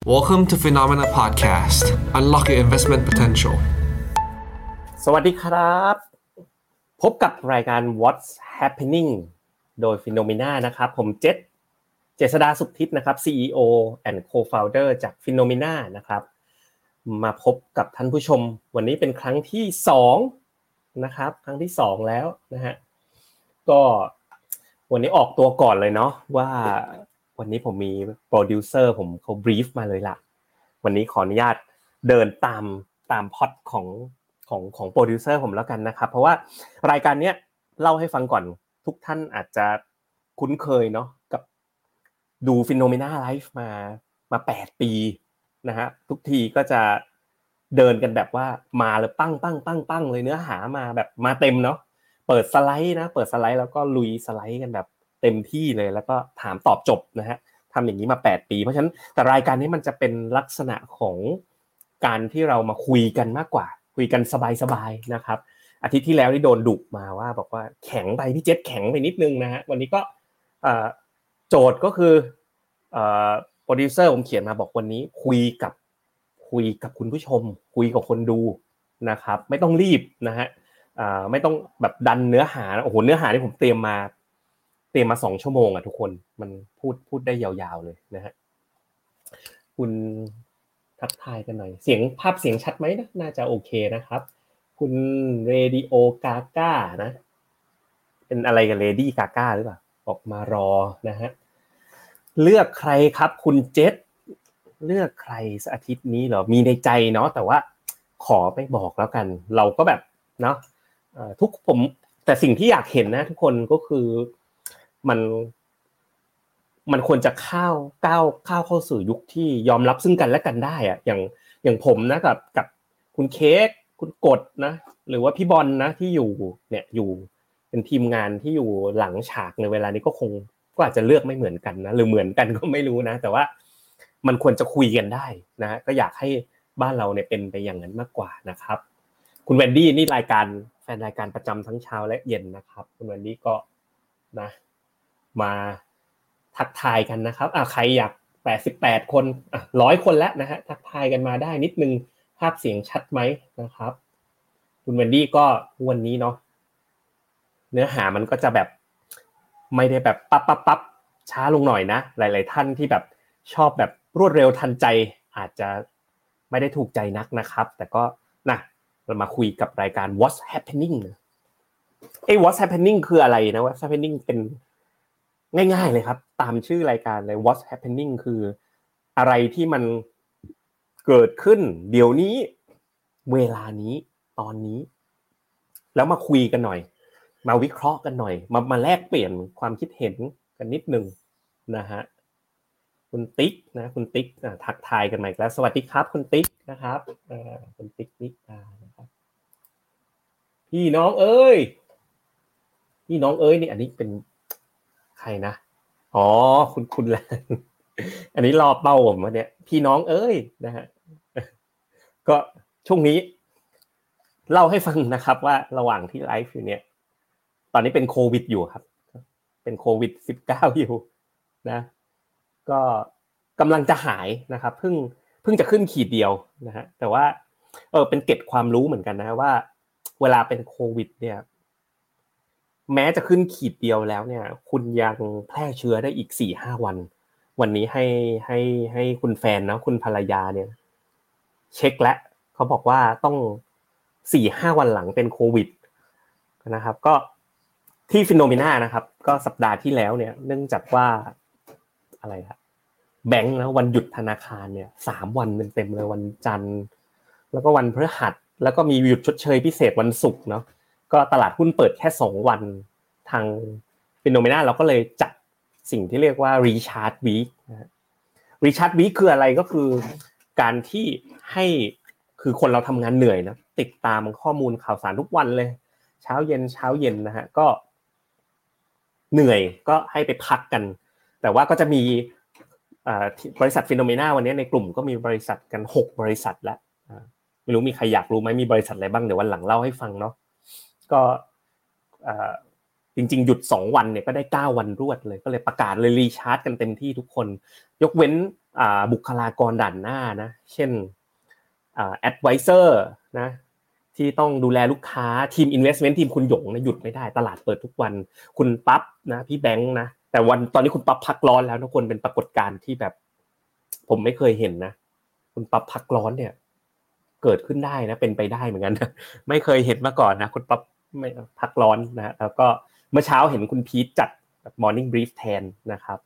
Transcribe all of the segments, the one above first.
Welcome to Phenomena Podcast. Unlock your investment potential. สวัสดีครับพบกับรายการ What's Happening โดย Phenomena นะครับผมเจษฎาสุขทิพย์นะครับ CEO and Co-founder จาก Phenomena นะครับมาพบกับท่านผู้ชมวันนี้เป็นครั้งที่2นะครับครั้งที่2แล้วนะฮะก็วันนี้ออกตัวก่อนเลยเนาะว่าวันนี้ผมมีโปรดิวเซอร์ผมเขาบรีฟมาเลยล่ะวันนี้ขออนุญาตเดินตามพล็อตของโปรดิวเซอร์ผมแล้วกันนะครับเพราะว่ารายการเนี้ยเล่าให้ฟังก่อนทุกท่านอาจจะคุ้นเคยเนาะกับดู Phenomena Live มา8ปีนะฮะทุกทีก็จะเดินกันแบบว่ามาเลยปั้งเลยเนื้อหามาแบบมาเต็มเนาะเปิดสไลด์แล้วก็ลุยสไลด์กันแบบเต็มที่เลยแล้วก็ถามตอบจบนะฮะทำอย่างนี้มา8ปีเพราะฉะนั้นแต่รายการนี้มันจะเป็นลักษณะของการที่เรามาคุยกันมากกว่าคุยกันสบายๆนะครับอาทิตย์ที่แล้วนี่โดนดุมาว่าบอกว่าแข็งไปพี่เจษแข็งไปนิดนึงนะฮะวันนี้ก็โจทย์ก็คือโปรดิวเซอร์ผมเขียนมาบอกวันนี้คุยกับคุณผู้ชมคุยกับคนดูนะครับไม่ต้องรีบนะฮะไม่ต้องแบบดันเนื้อหาโอ้โหเนื้อหาที่ผมเตรียมมา2ชั่วโมงอ่ะทุกคนมันพูดได้ยาวๆเลยนะฮะคุณทักทายกันหน่อยภาพเสียงชัดไหมนะน่าจะโอเคนะครับคุณเรดิโอกาก้านะเป็นอะไรกับเลดี้กาก้าหรือเปล่าออกมารอนะฮะเลือกใครครับคุณเจษเลือกใครสักอาทิตย์นี้เหรอมีในใจเนาะแต่ว่าขอไม่บอกแล้วกันเราก็แบบเนาะผมแต่สิ่งที่อยากเห็นนะทุกคนก็คือมันควรจะก้าวเข้าสู่ยุคที่ยอมรับซึ่งกันและกันได้อะอย่างผมนะกับคุณเค้กคุณกฎนะหรือว่าพี่บอลนะที่อยู่เป็นทีมงานที่อยู่หลังฉากในเวลานี้ก็อาจจะเลือกไม่เหมือนกันนะหรือเหมือนกันก็ไม่รู้นะแต่ว่ามันควรจะคุยกันได้นะก็อยากให้บ้านเราเนี่ยเป็นไปอย่างนั้นมากกว่านะครับคุณแวนดี้นี่แฟนรายการประจำทั้งเช้าและเย็นนะครับคุณแวนดี้ก็นะมาทักทายกันนะครับใครอยาก88คน100คนแล้วนะฮะทักทายกันมาได้นิดนึงภาพเสียงชัดไหมนะครับคุณแวนดี้ก็วันนี้เนาะเนื้อหามันก็จะแบบไม่ได้แบบปั๊บช้าลงหน่อยนะหลายๆท่านที่แบบชอบแบบรวดเร็วทันใจอาจจะไม่ได้ถูกใจนักนะครับแต่ก็นะเรามาคุยกับรายการ What's Happening What's Happening คืออะไรนะ What's Happening เป็นง่ายๆเลยครับตามชื่อรายการเลย What's Happening คืออะไรที่มันเกิดขึ้นเดี๋ยวนี้เวลานี้ตอนนี้แล้วมาคุยกันหน่อยมาวิเคราะห์กันหน่อยมาแลกเปลี่ยนความคิดเห็นกันนิดนึงนะฮะคุณติ๊กนะคุณติ๊กทักทายกันใหม่แล้วสวัสดีครับคุณติ๊กนะครับคุณติ๊กนะครับพี่น้องเอ้ยนี่อันนี้เป็นใครนะอ๋อคุณแหละอันนี้รอเป้าผมวันเนี้ยพี่น้องเอ้ยนะฮะก็ช่วงนี้เล่าให้ฟังนะครับว่าระหว่างที่ไลฟ์อยู่เนี่ยตอนนี้เป็นโควิดอยู่ครับเป็นโควิด19อยู่นะก็กำลังจะหายนะครับเพิ่งจะขึ้นขีดเดียวนะฮะแต่ว่าเป็นเกร็ดความรู้เหมือนกันนะว่าเวลาเป็นโควิดเนี่ยแม้จะขึ้นขีดเดียวแล้วเนี่ยคุณยังแพร่เชื้อได้อีก 4-5 วันนี้ให้คุณแฟนนะคุณภรรยาเนี่ยเช็คแล้วเขาบอกว่าต้อง 4-5 วันหลังเป็นโควิดนะครับก็ที่ Phenomena นะครับก็สัปดาห์ที่แล้วเนี่ยเนื่องจากว่าอะไรครับแบงค์นะวันหยุดธนาคารเนี่ย3วันเต็มๆเลยวันจันทร์แล้วก็วันพฤหัสแล้วก็มีหยุดชดเชยพิเศษวันศุกร์เนาะก็ตลาดหุ้นเปิดแค่2วันทาง Phenomena เราก็เลยจัดสิ่งที่เรียกว่า Recharge Week นะ Recharge Week คืออะไรก็คือการที่ให้คือคนเราทำงานเหนื่อยนะติดตามข้อมูลข่าวสารทุกวันเลยเช้าเย็นนะฮะก็เหนื่อยก็ให้ไปพักกันแต่ว่าก็จะมีบริษัท Phenomena วันนี้ในกลุ่มก็มีบริษัทกัน6บริษัทแล้วไม่รู้มีใครอยากรู้มั้ยมีบริษัทอะไรบ้างเดี๋ยววันหลังเล่าให้ฟังเนาะก็จริงๆหยุด2วันเนี่ยก็ได้9วันรวดเลยก็เลยประกาศเลยรีชาร์จกันเต็มที่ทุกคนยกเว้นบุคลากรด่านหน้านะเช่นแอดไวเซอร์นะที่ต้องดูแลลูกค้าทีม investment ทีมคุณหยงนะหยุดไม่ได้ตลาดเปิดทุกวันคุณปั๊บนะพี่แบงค์นะแต่ตอนนี้คุณปั๊บพักร้อนแล้วทุกคนเป็นปรากฏการณ์ที่แบบผมไม่เคยเห็นนะคุณปั๊บพักร้อนเนี่ยเกิดขึ้นได้นะเป็นไปได้เหมือนกันนะไม่เคยเห็นมาก่อนนะคุณปั๊บไม่พักร้อนนะแล้วก็เมื่อเช้าเห็นคุณพีทจัด morning brief แทนนะครับ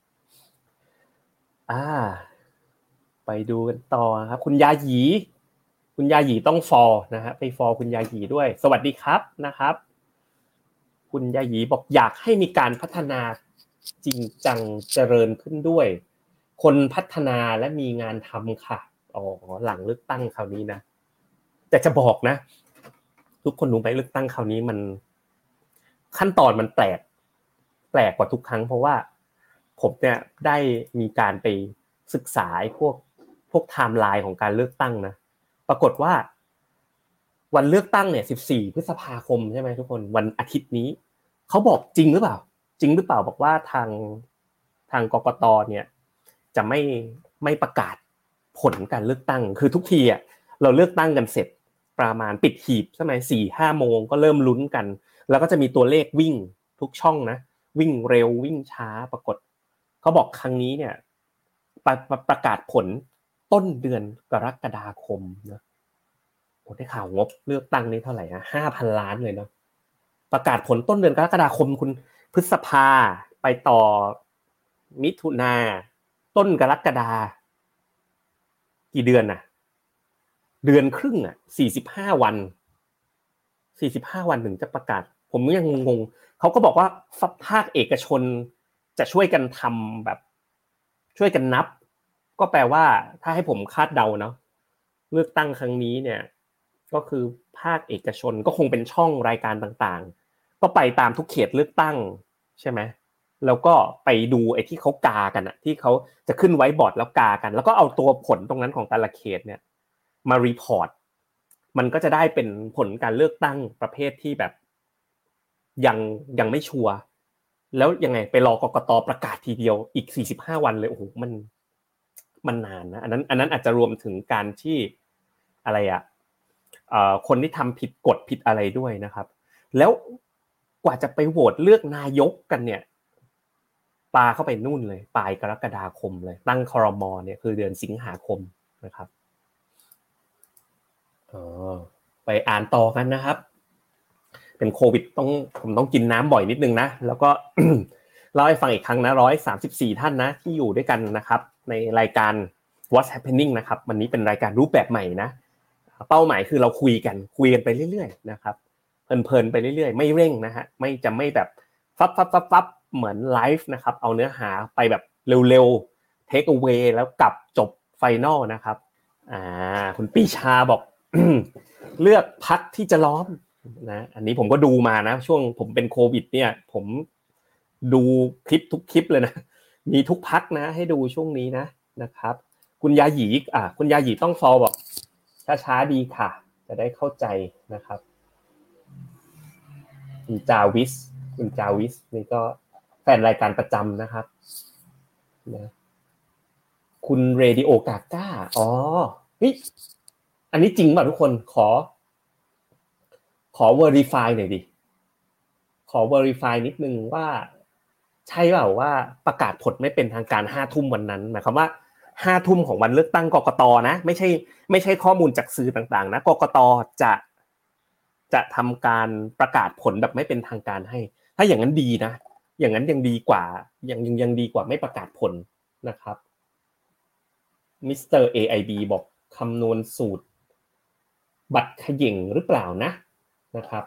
ไปดูกันต่อครับคุณยาหยีต้องฟอลนะฮะไปฟอลคุณยาหยีด้วยสวัสดีครับนะครับคุณยาหยีบอกอยากให้มีการพัฒนาจริงจังเจริญขึ้นด้วยคนพัฒนาและมีงานทำค่ะหลังเลือกตั้งคราวนี้นะแต่จะบอกนะทุกคนรู้ไหมเลือกตั้งคราวนี้มันขั้นตอนมันแปลกกว่าทุกครั้งเพราะว่าผมเนี่ยได้มีการไปศึกษาพวกไทม์ไลน์ของการเลือกตั้งนะปรากฏว่าวันเลือกตั้งเนี่ย14พฤษภาคมใช่ไหมทุกคนวันอาทิตย์นี้เขาบอกจริงหรือเปล่าบอกว่าทางกกตเนี่ยจะไม่ประกาศผลการเลือกตั้งคือทุกทีอ่ะเราเลือกตั้งกันเสร็จประมาณปิดหีบใช่ไหม 4-5 โมงก็เริ่มลุ้นกันแล้วก็จะมีตัวเลขวิ่งทุกช่องนะวิ่งเร็ววิ่งช้าปรากฏเขาบอกครั้งนี้เนี่ยประกาศผลต้นเดือนกรกฎาคมนะโอ้ได้ข่าวงบเลือกตั้งนี้เท่าไหร่นะ 5,000 ล้านเลยเนาะประกาศผลต้นเดือนกรกฎาคมคุณพฤษภาไปต่อมิถุนาต้นกรกฎากี่เดือนน่ะเดือนครึ่งอ่ะ45 วันถึงจะประกาศผมยังงงเขาก็บอกว่าภาคเอกชนจะช่วยกันทำแบบช่วยกันนับก็แปลว่าถ้าให้ผมคาดเดาเนาะเลือกตั้งครั้งนี้เนี่ยก็คือภาคเอกชนก็คงเป็นช่องรายการต่างๆก็ไปตามทุกเขตเลือกตั้งใช่ไหมแล้วก็ไปดูไอ้ที่เขากากันอะที่เขาจะขึ้นไว้บอร์ดแล้วกากันแล้วก็เอาตัวผลตรงนั้นของแต่ละเขตเนี่ยมารีพอร์ตมันก็จะได้เป็นผลการเลือกตั้งประเภทที่แบบยังไม่ชัวร์แล้วยังไงไปรอกกต.ประกาศทีเดียวอีก45 วันเลยโอ้โหมันนานนะอันนั้นอาจจะรวมถึงการที่อะไรอ่ะคนที่ทำผิดกฎผิดอะไรด้วยนะครับแล้วกว่าจะไปโหวตเลือกนายกกันเนี่ยปาเข้าไปนู่นเลยปลายกรกฎาคมเลยตั้งครม.เนี่ยคือเดือนสิงหาคมนะครับไปอ่านต่อกันนะครับเป็นโควิดผมต้องกินน้ำบ่อยนิดนึงนะแล้วก็ เล่าให้ฟังอีกครั้งนะ134ท่านนะที่อยู่ด้วยกันนะครับในรายการ What's Happening นะครับวันนี้เป็นรายการรูปแบบใหม่นะเป้าหมายคือเราคุยกันไปเรื่อยๆนะครับเพลินๆไปเรื่อยๆไม่เร่งนะฮะไม่แบบฟับเหมือนไลฟ์นะครับเอาเนื้อหาไปแบบเร็วๆ take away แล้วกลับจบ final นะครับคุณปีชาบอก เลือกพรรคที่จะล้อมนะอันนี้ผมก็ดูมานะช่วงผมเป็นโควิดเนี่ยผมดูคลิปทุกคลิปเลยนะมีทุกพรรคนะให้ดูช่วงนี้นะครับคุณยาหยีต้องฟอลบอกช้าๆดีค่ะจะได้เข้าใจนะครับคุณจาวิสนี่ก็แฟนรายการประจำนะครับนะคุณเรดิโอกาก้าเฮ้ยอันนี้จริงป่ะทุกคนขอ verify หน่อยดิขอ verify นิดนึงว่าใช่เปล่าว่าประกาศผลไม่เป็นทางการ 5 ทุ่มวันนั้นหมายความว่า5 ทุ่มของวันเลือกตั้งกกต.นะไม่ใช่ข้อมูลจากสื่อต่างๆนะกกต.จะทำการประกาศผลแบบไม่เป็นทางการให้ถ้าอย่างนั้นดีนะอย่างนั้นยังดีกว่ายังดีกว่าไม่ประกาศผลนะครับมิสเตอร์ AIB บอกคำนวณสูตรบัตรเขย่งหรือเปล่านะครับ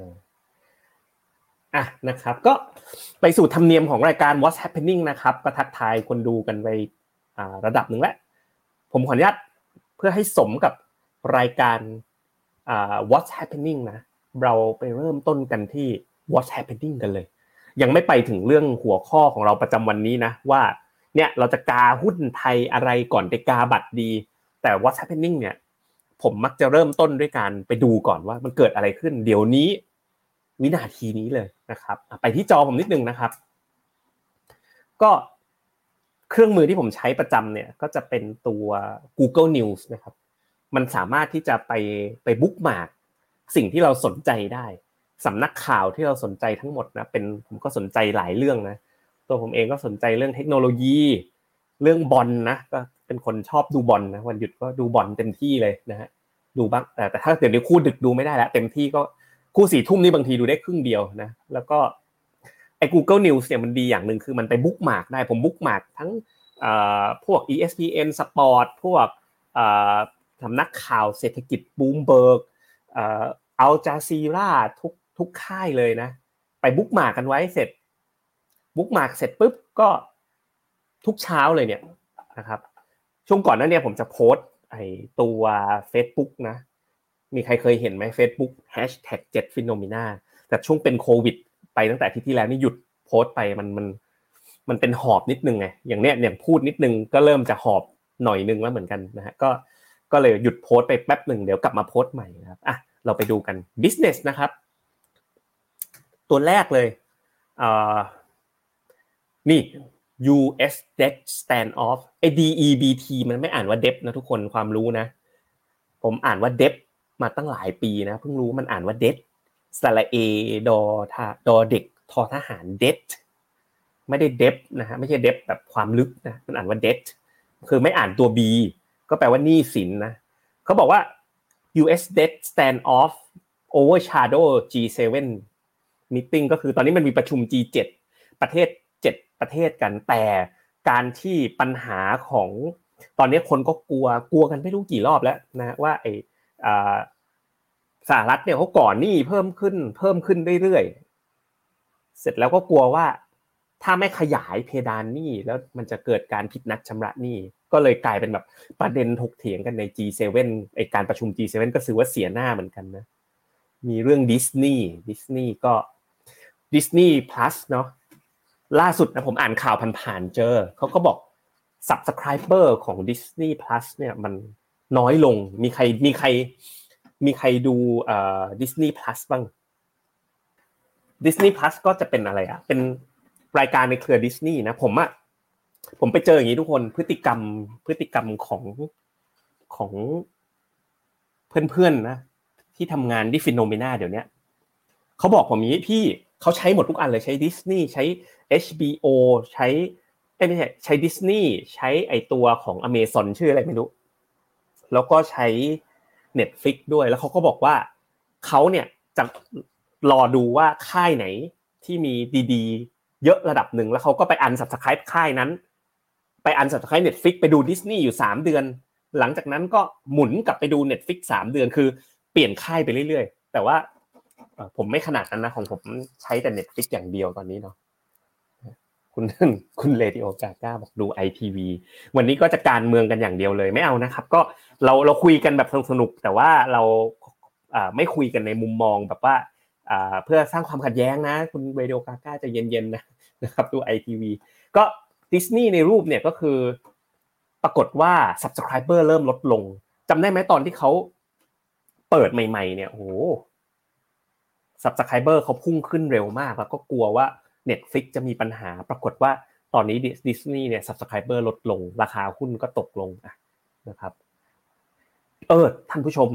นะครับก็ไปสู่ธรรมเนียมของรายการ What's Happening นะครับก็ทักทายคนดูกันไประดับหนึ่งแล้วผมขออนุญาตเพื่อให้สมกับรายการWhat's Happening นะเราไปเริ่มต้นกันที่ What's Happening กันเลยยังไม่ไปถึงเรื่องหัวข้อของเราประจำวันนี้นะว่าเนี่ยเราจะกาหุ้นไทยอะไรก่อนไปกาบัตรดีแต่ What's Happening เนี่ยผมมักจะเริ่มต้นด้วยการไปดูก่อนว่ามันเกิดอะไรขึ้นเดี๋ยวนี้วินาทีนี้เลยนะครับไปที่จอผมนิดนึงนะครับก็ครื่องมือที่ผมใช้ประจำเนี่ยก็จะเป็นตัว Google News นะครับมันสามารถที่จะไปบุ๊กมาร์กสิ่งที่เราสนใจได้สำนักข่าวที่เราสนใจทั้งหมดนะผมก็สนใจหลายเรื่องนะตัวผมเองก็สนใจเรื่องเทคโนโลยีเรื่องบอลนะก็เป็นคนชอบดูบอลนะวันหยุดก็ดูบอลเต็มที่เลยนะฮะดูบ้างแต่ถ้าเดี๋ยวนี้คู่ดึกดูไม่ได้แล้วเต็มที่ก็คู่4 ทุ่มนี่บางทีดูได้ครึ่งเดียวนะแล้วก็ไอ้ Google News เนี่ยมันดีอย่างนึงคือมันไปบุ๊กมาร์กได้ผมบุ๊กมาร์กทั้งพวก ESPN Sport พวกสำนักข่าวเศรษฐกิจ Bloomberg อัลจาซีราทุกค่ายเลยนะไปบุ๊กมาร์กกันไว้เสร็จบุ๊กมาร์กเสร็จปุ๊บก็ทุกเช้าเลยเนี่ยนะครับช่วงก่อนนั้นเนี่ยผมจะโพสต์ไอ้ตัว Facebook นะมีใครเคยเห็นไหม Facebook #7phenomena แต่ช่วงเป็นโควิดไปตั้งแต่อาทิตย์ที่แล้วนี่หยุดโพสต์ไปมันเป็นหอบนิดนึงไงอย่างเนี้ยอย่างพูดนิดนึงก็เริ่มจะหอบหน่อยนึงแล้วเหมือนกันนะฮะก็เลยหยุดโพสต์ไปแป๊บนึงเดี๋ยวกลับมาโพสต์ใหม่นะครับอ่ะเราไปดูกัน business นะครับตัวแรกเลยนี่ US Debt Standoff DEBT มันไม่อ่านว่า debt นะทุกคนความรู้นะผมอ่านว่า debt มาตั้งหลายปีนะเพิ่งรู้มันอ่านว่า debt สระเอดอเด็กทอทหาร debt ไม่ได้ debt นะฮะไม่ใช่ debt แบบความลึกนะมันอ่านว่า debt คือไม่อ่านตัว B ก็แปลว่าหนี้สินนะเขาบอกว่า US Debt Standoff Overshadow G7 meeting ก็คือตอนนี้มันมีประชุม G7 ประเทศ7ประเทศกันแต่การที่ปัญหาของตอนนี้คนก็กลัวกันไม่รู้กี่รอบแล้วนะว่าไอ้สหรัฐเนี่ยเขาก่อหนี้เพิ่มขึ้นเรื่อยๆเสร็จแล้วก็กลัวว่าถ้าไม่ขยายเพดานหนี้แล้วมันจะเกิดการผิดนัดชำระหนี้ก็เลยกลายเป็นแบบประเด็นถกเถียงกันใน G7 ไอ้การประชุม G7 ก็ถือว่าเสียหน้าเหมือนกันนะมีเรื่องดิสนีย์ก็ Disney Plus เนาะล่าสุดนะผมอ่านข่าวผ่านๆเจอเขาก็บอก Subscriber ของ Disney Plus เนี่ยมันน้อยลงมีใครดูDisney Plus บ้าง Disney Plus ก็จะเป็นอะไรอ่ะเป็นรายการในเครือ Disney นะผมไปเจออย่างนี้ทุกคนพฤติกรรมของเพื่อนๆนะที่ทำงานที่ Phenomena เดี๋ยวนี้เขาบอกผมอย่างนี้พี่เขาใช้หมดทุกอันเลยใช้ Disney ใช้ HBO ใช้ไม่ใช่ใช้ Disney ใช้ไอตัวของ Amazon ชื่ออะไรไม่รู้แล้วก็ใช้ Netflix ด้วยแล้วเขาก็บอกว่าเขาเนี่ยจะรอดูว่าค่ายไหนที่มีดีๆเยอะระดับหนึ่งแล้วเขาก็ไปunsubscribe ค่ายนั้นไปunsubscribe Netflix ไปดู Disney อยู่3เดือนหลังจากนั้นก็หมุนกลับไปดู Netflix 3เดือนคือเปลี่ยนค่ายไปเรื่อยๆแต่ว่าผมไม่ขนาดนั้นนะของผมใช้แต่ Netflix อย่างเดียวตอนนี้เนาะคุณเรดิโอกาก้าบอกดู ITV วันนี้ก็จะการเมืองกันอย่างเดียวเลยไม่เอานะครับก็เราคุยกันแบบสนุกแต่ว่าเราไม่คุยกันในมุมมองแบบว่าเพื่อสร้างความขัดแย้งนะคุณเรดิโอกาก้าจะเย็นๆนะครับดู ITV ก็ Disney ในรูปเนี่ยก็คือปรากฏว่า Subscriber เริ่มลดลงจำได้ไหมตอนที่เขาเปิดใหม่ๆเนี่ยโอ้โห Subscriber เขาพุ่งขึ้นเร็วมากแล้วก็กลัวว่า Netflix จะมีปัญหาปรากฏว่าตอนนี้ Disney เนี่ย Subscriber ลดลงราคาหุ้นก็ตกลงนะครับท่านผู้ชม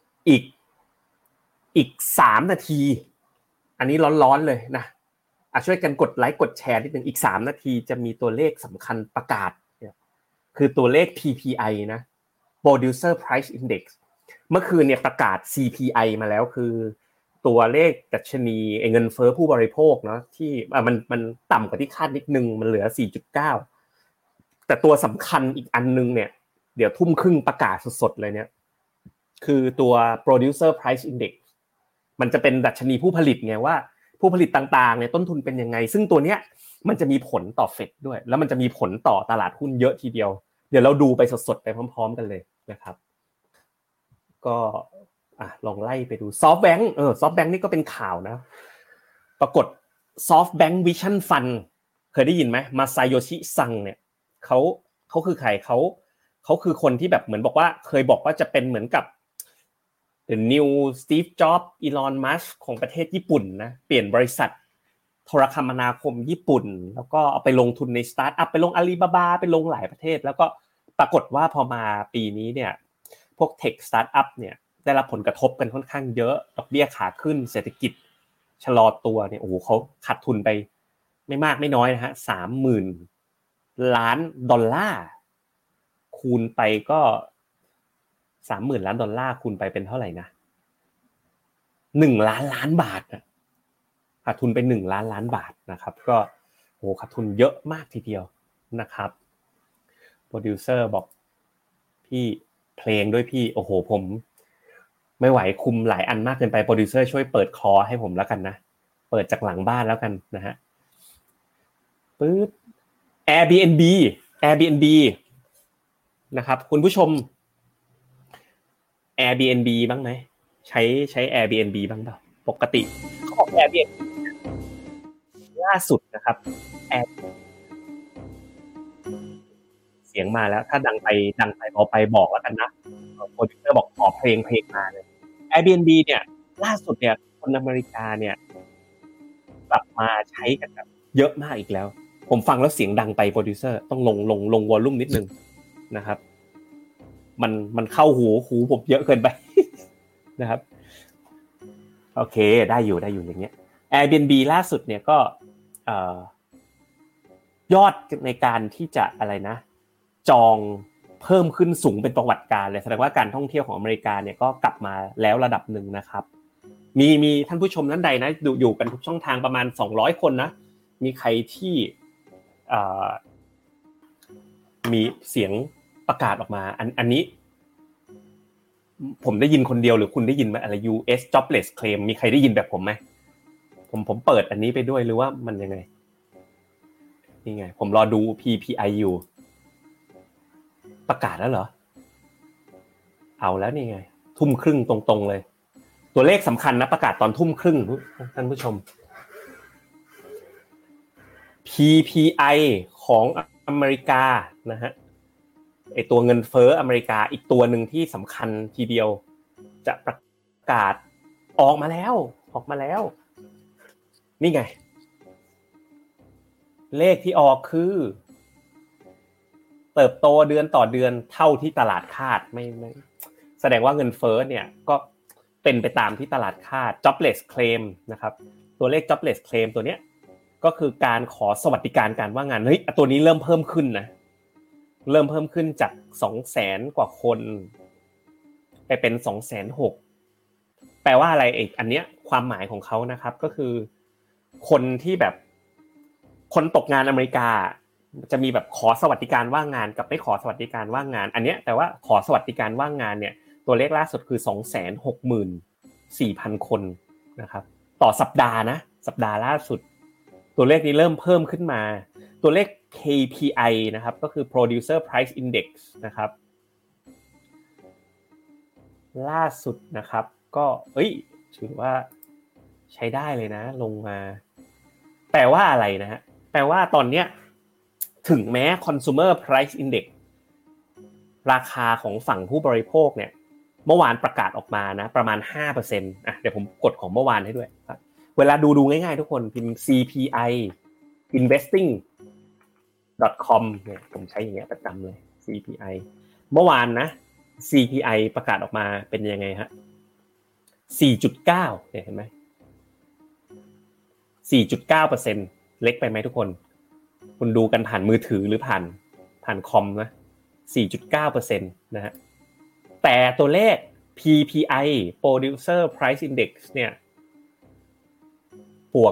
อีก3นาทีอันนี้ร้อนๆเลยนะช่วยกันกดไลค์กดแชร์นิดนึงอีก3นาทีจะมีตัวเลขสำคัญประกาศคือตัวเลข PPI นะ Producer Price Index เมื่อคืนเนี่ยประกาศ CPI มาแล้วคือตัวเลขดัชนีเงินเฟ้อผู้บริโภคเนาะที่มันต่ำกว่าที่คาดนิดนึงมันเหลือ 4.9 แต่ตัวสำคัญอีกอันนึงเนี่ยเดี๋ยวทุ่มครึ่งประกาศสดๆเลยเนี่ยคือตัว Producer Price Index มันจะเป็นดัชนีผู้ผลิตไงว่าผู้ผลิตต่างๆเนี่ยต้นทุนเป็นยังไงซึ่งตัวเนี้ยมันจะมีผลต่อเฟดด้วยแล้วมันจะมีผลต่อตลาดหุ้นเยอะทีเดียวเดี๋ยวเราดูไปสดๆไปพร้อมๆกันเลยนะครับก็ลองไล่ไปดู SoftBank SoftBank นี่ก็เป็นข่าวนะปรากฏ SoftBank Vision Fund เคยได้ยินไหมมาซาโยชิซังเนี่ยเขาคือใครเขาคือคนที่แบบเหมือนบอกว่าเคยบอกว่าจะเป็นเหมือนกับ The New Steve Jobs Elon Musk ของประเทศญี่ปุ่นนะเปลี่ยนบริษัทโทรคมนาคมญี่ปุ่นแล้วก็เอาไปลงทุนในสตาร์ทอัพไปลงอาลีบาบาไปลงหลายประเทศแล้วก็ปรากฏว่าพอมาปีนี้เนี่ยพวกเทคสตาร์ทอัพเนี่ยได้รับผลกระทบกันค่อนข้างเยอะดอกเบี้ยขาขึ้นเศรษฐกิจชะลอตัวเนี่ยโอ้โหเขาขาดทุนไปไม่มากไม่น้อยนะฮะ 30,000 ล้านดอลลาร์คูณไปก็ 30,000 ล้านดอลลาร์คูณไปเป็นเท่าไหร่นะ1 ล้านล้านบาทนะขาดทุนไป1 ล้านล้านบาทนะครับก็โหขาดทุนเยอะมากทีเดียวนะครับโปรดิวเซอร์บอกพี่เพลงด้วยพี่โอ้โหผมไม่ไหวคุมหลายอันมากเกินไปโปรดิวเซอร์ช่วยเปิดคอให้ผมแล้วกันนะเปิดจากหลังบ้านแล้วกันนะฮะปึ๊บ Airbnb นะครับคุณผู้ชม Airbnb บ้างไหมใช้ Airbnb บ้างเปล่าปกติเขาบอก Airbnb ล่าสุดนะครับเสียงมาแล้วถ้าดังไปพอไปบอกแล้วกันนะโปรดิวเซอร์บอกขอเพลงมาเลย Airbnb เนี่ยล่าสุดเนี่ยคนอเมริกาเนี่ยกลับมาใช้กันแบบเยอะมากอีกแล้วผมฟังแล้วเสียงดังไปโปรดิวเซอร์ต้องลงวอลลุ่มนิดนึงนะครับมันเข้าหูผมเยอะเกินไปนะครับโอเคได้อยู่อย่างเงี้ย Airbnb ล่าสุดเนี่ยก็ยอดในการที่จะอะไรนะจองเพิ่มขึ้นสูงเป็นประวัติการเลยแสดงว่าการท่องเที่ยวของอเมริกาเนี่ยก็กลับมาแล้วระดับหนึ่งนะครับมีท่านผู้ชมท่านใดนะอยู่กันทุกช่องทางประมาณ200คนนะมีใครที่มีเสียงประกาศออกมาอันนี้ผมได้ยินคนเดียวหรือคุณได้ยินไหมอะไร US jobless claim มีใครได้ยินแบบผมไหมผมเปิดอันนี้ไปด้วยหรือว่ามันยังไงนี่ไงผมรอดู PPI อยู่ประกาศแล้วเหรอเอาแล้วนี่ไง 12:30 ตรงๆเลยตัวเลขสำคัญนะประกาศตอน 12:30 ท่านผู้ชม PPI ของอเมริกานะฮะไอตัวเงินเฟ้ออเมริกาอีกตัวหนึ่งที่สำคัญทีเดียวจะประกาศออกมาแล้วนี่ไงเลขที่ออกคือเติบโตเดือนต่อเดือนเท่าที่ตลาดคาดไม่แสดงว่าเงินเฟ้อเนี่ยก็เป็นไปตามที่ตลาดคาด jobless claim นะครับตัวเลข jobless claim ตัวเนี้ยก็คือการขอสวัสดิการการว่างงานเฮ้ยตัวนี้เริ่มเพิ่มขึ้นนะเริ่มเพิ่มขึ้นจาก 200,000 กว่าคนไปเป็น 260,000 แปลว่าอะไรอีกอันเนี้ยความหมายของเขานะครับก็คือคนที่แบบคนตกงานอเมริกาจะมีแบบขอสวัสดิการว่างงานกับไม่ขอสวัสดิการว่างงานอันเนี้ยแต่ว่าขอสวัสดิการว่างงานเนี่ยตัวเลขล่าสุดคือ 264,000 คนนะครับต่อสัปดาห์นะสัปดาห์ล่าสุดตัวเลขนี้เริ่มเพิ่มขึ้นมาตัวเลข KPI นะครับก็คือ Producer Price Index นะครับล่าสุดนะครับก็ถือว่าใช้ได้เลยนะลงมาแปลว่าอะไรนะฮะแปลว่าตอนเนี้ยถึงแม้ Consumer Price Index ราคาของฝั่งผู้บริโภคเนี่ยเมื่อวานประกาศออกมานะประมาณ 5% เดี๋ยวผมกดของเมื่อวานให้ด้วยเวลาดูง่ายๆทุกคนพิมพ์ CPI investing.com เนี่ยผมใช้อย่างเงี้ยประจำเลย CPI เมื่อวานนะ CPI ประกาศออกมาเป็นยังไงฮะ 4.9 เนี่ยเห็นไหม 4.9% เล็กไปไหมทุกคนคุณดูกันผ่านมือถือหรือผ่านคอมนะ 4.9% นะฮะแต่ตัวเลข PPI Producer Price Index เนี่ยบวก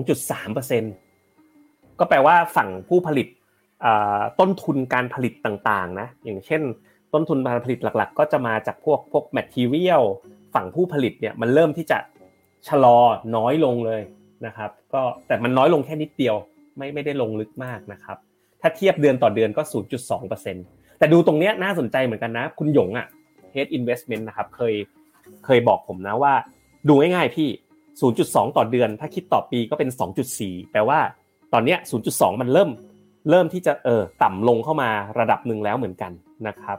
2.3% ก็แปลว่าฝั่งผู้ผลิตต้นทุนการผลิตต่างๆนะอย่างเช่นต้นทุนการผลิตหลักๆก็จะมาจากพวก material ฝั่งผู้ผลิตเนี่ยมันเริ่มที่จะชะลอน้อยลงเลยนะครับก็แต่มันน้อยลงแค่นิดเดียวไม่ได้ลงลึกมากนะครับถ้าเทียบเดือนต่อเดือนก็ 0.2% แต่ดูตรงเนี้ยน่าสนใจเหมือนกันนะคุณหยงHead Investment นะครับเคยบอกผมนะว่าดูง่ายๆพี่ 0.2 ต่อเดือนถ้าคิดต่อปีก็เป็น 2.4 แปลว่าตอนเนี้ย 0.2 มันเริ่มที่จะต่ำลงเข้ามาระดับหนึ่งแล้วเหมือนกันนะครับ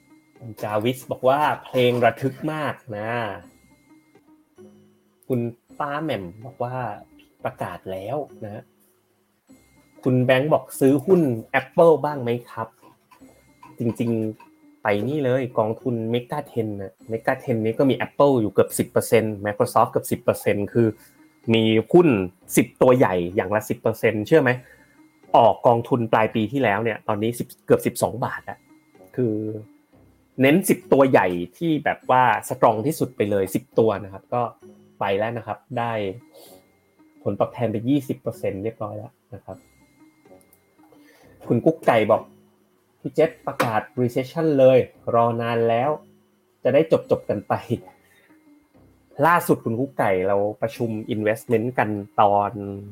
จาวิสบอกว่าเพลงระทึกมากนะคุณป้าแหม่มบอกว่าประกาศแล้วนะคุณแบงค์บอกซื้อหุ้น Apple บ้างไหมครับจริงๆไปนี่เลยกองทุน Mega 10นะ Mega 10นี้ก็มี Apple อยู่เกือบ 10% Microsoft เกือบ 10% คือมีหุ้น10ตัวใหญ่อย่างละ 10% เชื่อมั้ยออกกองทุนปลายปีที่แล้วเนี่ยตอนนี้เกือบ12บาทแล้วคือเน้น10ตัวใหญ่ที่แบบว่าสตรองที่สุดไปเลย10ตัวนะครับก็ไปแล้วนะครับได้ผลตอบแทนไป 20% เรียบร้อยแล้วนะครับคุณกุ๊กไก่บอกพี่เจษประกาศ recession เลยรอนานแล้วจะได้จบกันไปล่าสุดคุณกุ๊กไก่เราประชุม investment กันตอน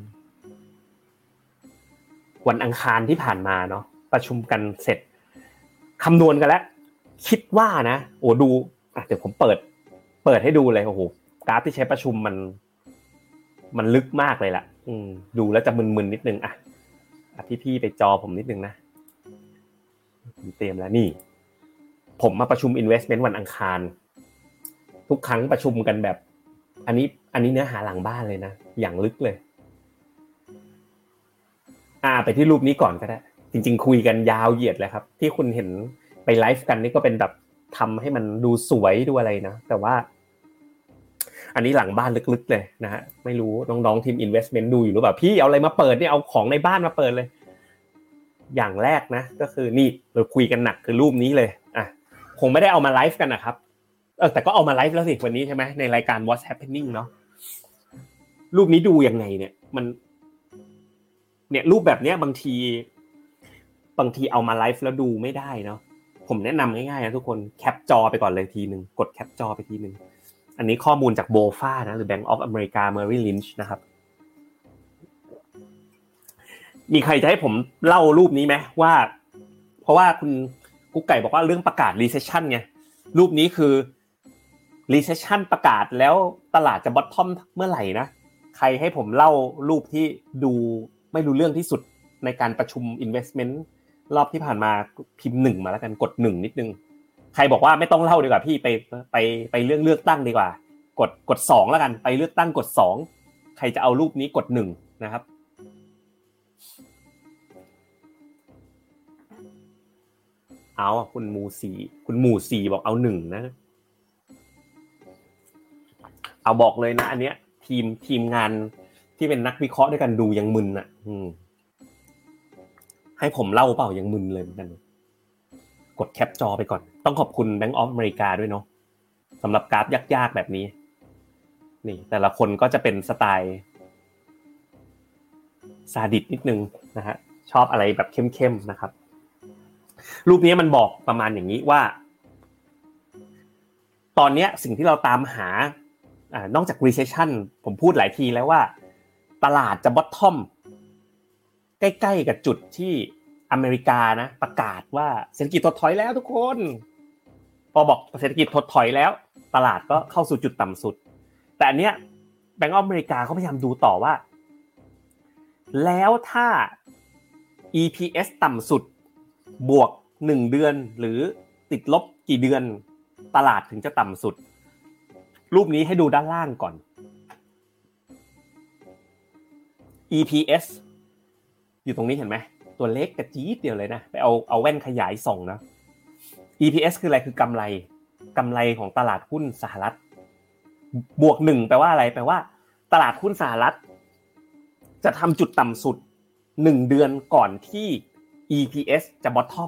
วันอังคารที่ผ่านมาเนาะประชุมกันเสร็จคำนวณกันแล้วคิดว่านะโอ้ดูเดี๋ยวผมเปิดให้ดูเลยโอ้โหกราฟที่ใช้ประชุมมันลึกมากเลยล่ะดูแล้วจะมึนๆนิดนึงพี่ไปจอผมนิดนึงนะผมเตรียมแล้วนี่ผมมาประชุม investment วันอังคารทุกครั้งประชุมกันแบบอันนี้เนื้อหาหลังบ้านเลยนะอย่างลึกเลยไปที่รูปนี้ก่อนก็ได้จริงๆคุยกันยาวเหยียดเลยครับที่คุณเห็นไปไลฟ์กันนี่ก็เป็นแบบทำให้มันดูสวยดูอะไรนะแต่ว่าอันนี้หลังบ้านลึกๆเลยนะฮะไม่รู้น้องๆทีม investment ดูอยู่หรือเปล่าพี่เอาอะไรมาเปิดเนี่ยเอาของในบ้านมาเปิดเลยอย่างแรกนะก็คือนี่เราคุยกันหนักคือรูปนี้เลยคงไม่ได้เอามาไลฟ์กันนะครับแต่ก็เอามาไลฟ์แล้วสิวันนี้ใช่ไหมในรายการ What's Happening เนาะรูปนี้ดูยังไงเนี่ยมันเนี่ยรูปแบบเนี้ยบางทีเอามาไลฟ์แล้วดูไม่ได้เนาะผมแนะนำง่ายๆนะทุกคนแคปจอไปก่อนเลยทีนึงกดแคปจอไปทีนึงอันนี้ข้อมูลจาก BofA นะหรือ Bank of America Merrill Lynch นะครับมีใครจะให้ผมเล่ารูปนี้ไหมว่าเพราะว่าคุณกุ๊กไก่บอกว่าเรื่องประกาศ recession ไงรูปนี้คือ recession ประกาศแล้วตลาดจะ bottom เมื่อไหร่นะใครให้ผมเล่ารูปที่ดูไม่รู้เรื่องที่สุดในการประชุม investment รอบที่ผ่านมาพิมพ์1มาแล้วกันกด1นิดนึงใครบอกว่าไม่ต้องเล่าดีกว่าพี่ไปเรื่องเลือกตั้งดีกว่ากด2แล้วกันไปเลือกตั้งกด2ใครจะเอารูปนี้กด1นะครับเอาคุณหมู่4บอกเอา1นะเอาบอกเลยนะอันเนี้ยทีมงานที่เป็นนักวิเคราะห์ด้วยกันดูยังมึนอ่ะให้ผมเล่าเปล่ายังมึนเลยเหมือนกันกดแคปจอไปก่อนต้องขอบคุณ Bank of America ด้วยเนาะสำหรับกราฟยากๆแบบนี้นี่แต่ละคนก็จะเป็นสไตล์ซาดิสนิดนึงนะฮะชอบอะไรแบบเข้มๆนะครับรูปนี้มันบอกประมาณอย่างนี้ว่าตอนนี้สิ่งที่เราตามหานอกจาก recession ผมพูดหลายทีแล้วว่าตลาดจะ bottom ใกล้ๆกับจุดที่อเมริกานะประกาศว่าเศรษฐกิจถดถอยแล้วทุกคนพอบอกเศรษฐกิจถดถอยแล้วตลาดก็เข้าสู่จุดต่ำสุดแต่อันเนี้ย Bank of America เขาพยายามดูต่อว่าแล้วถ้า EPS ต่ำสุดบวก1เดือนหรือติดลบกี่เดือนตลาดถึงจะต่ำสุดรูปนี้ให้ดูด้านล่างก่อน EPS อยู่ตรงนี้เห็นไหมตัวเล็กกระจี๊ดเดียวเลยนะไปเอาแว่นขยายส่องนะ EPS คืออะไรคือกำไรของตลาดหุ้นสหรัฐบวก1แปลว่าอะไรแปลว่าตลาดหุ้นสหรัฐจะทำจุดต่ำสุด1เดือนก่อนที่ EPS จะ bottom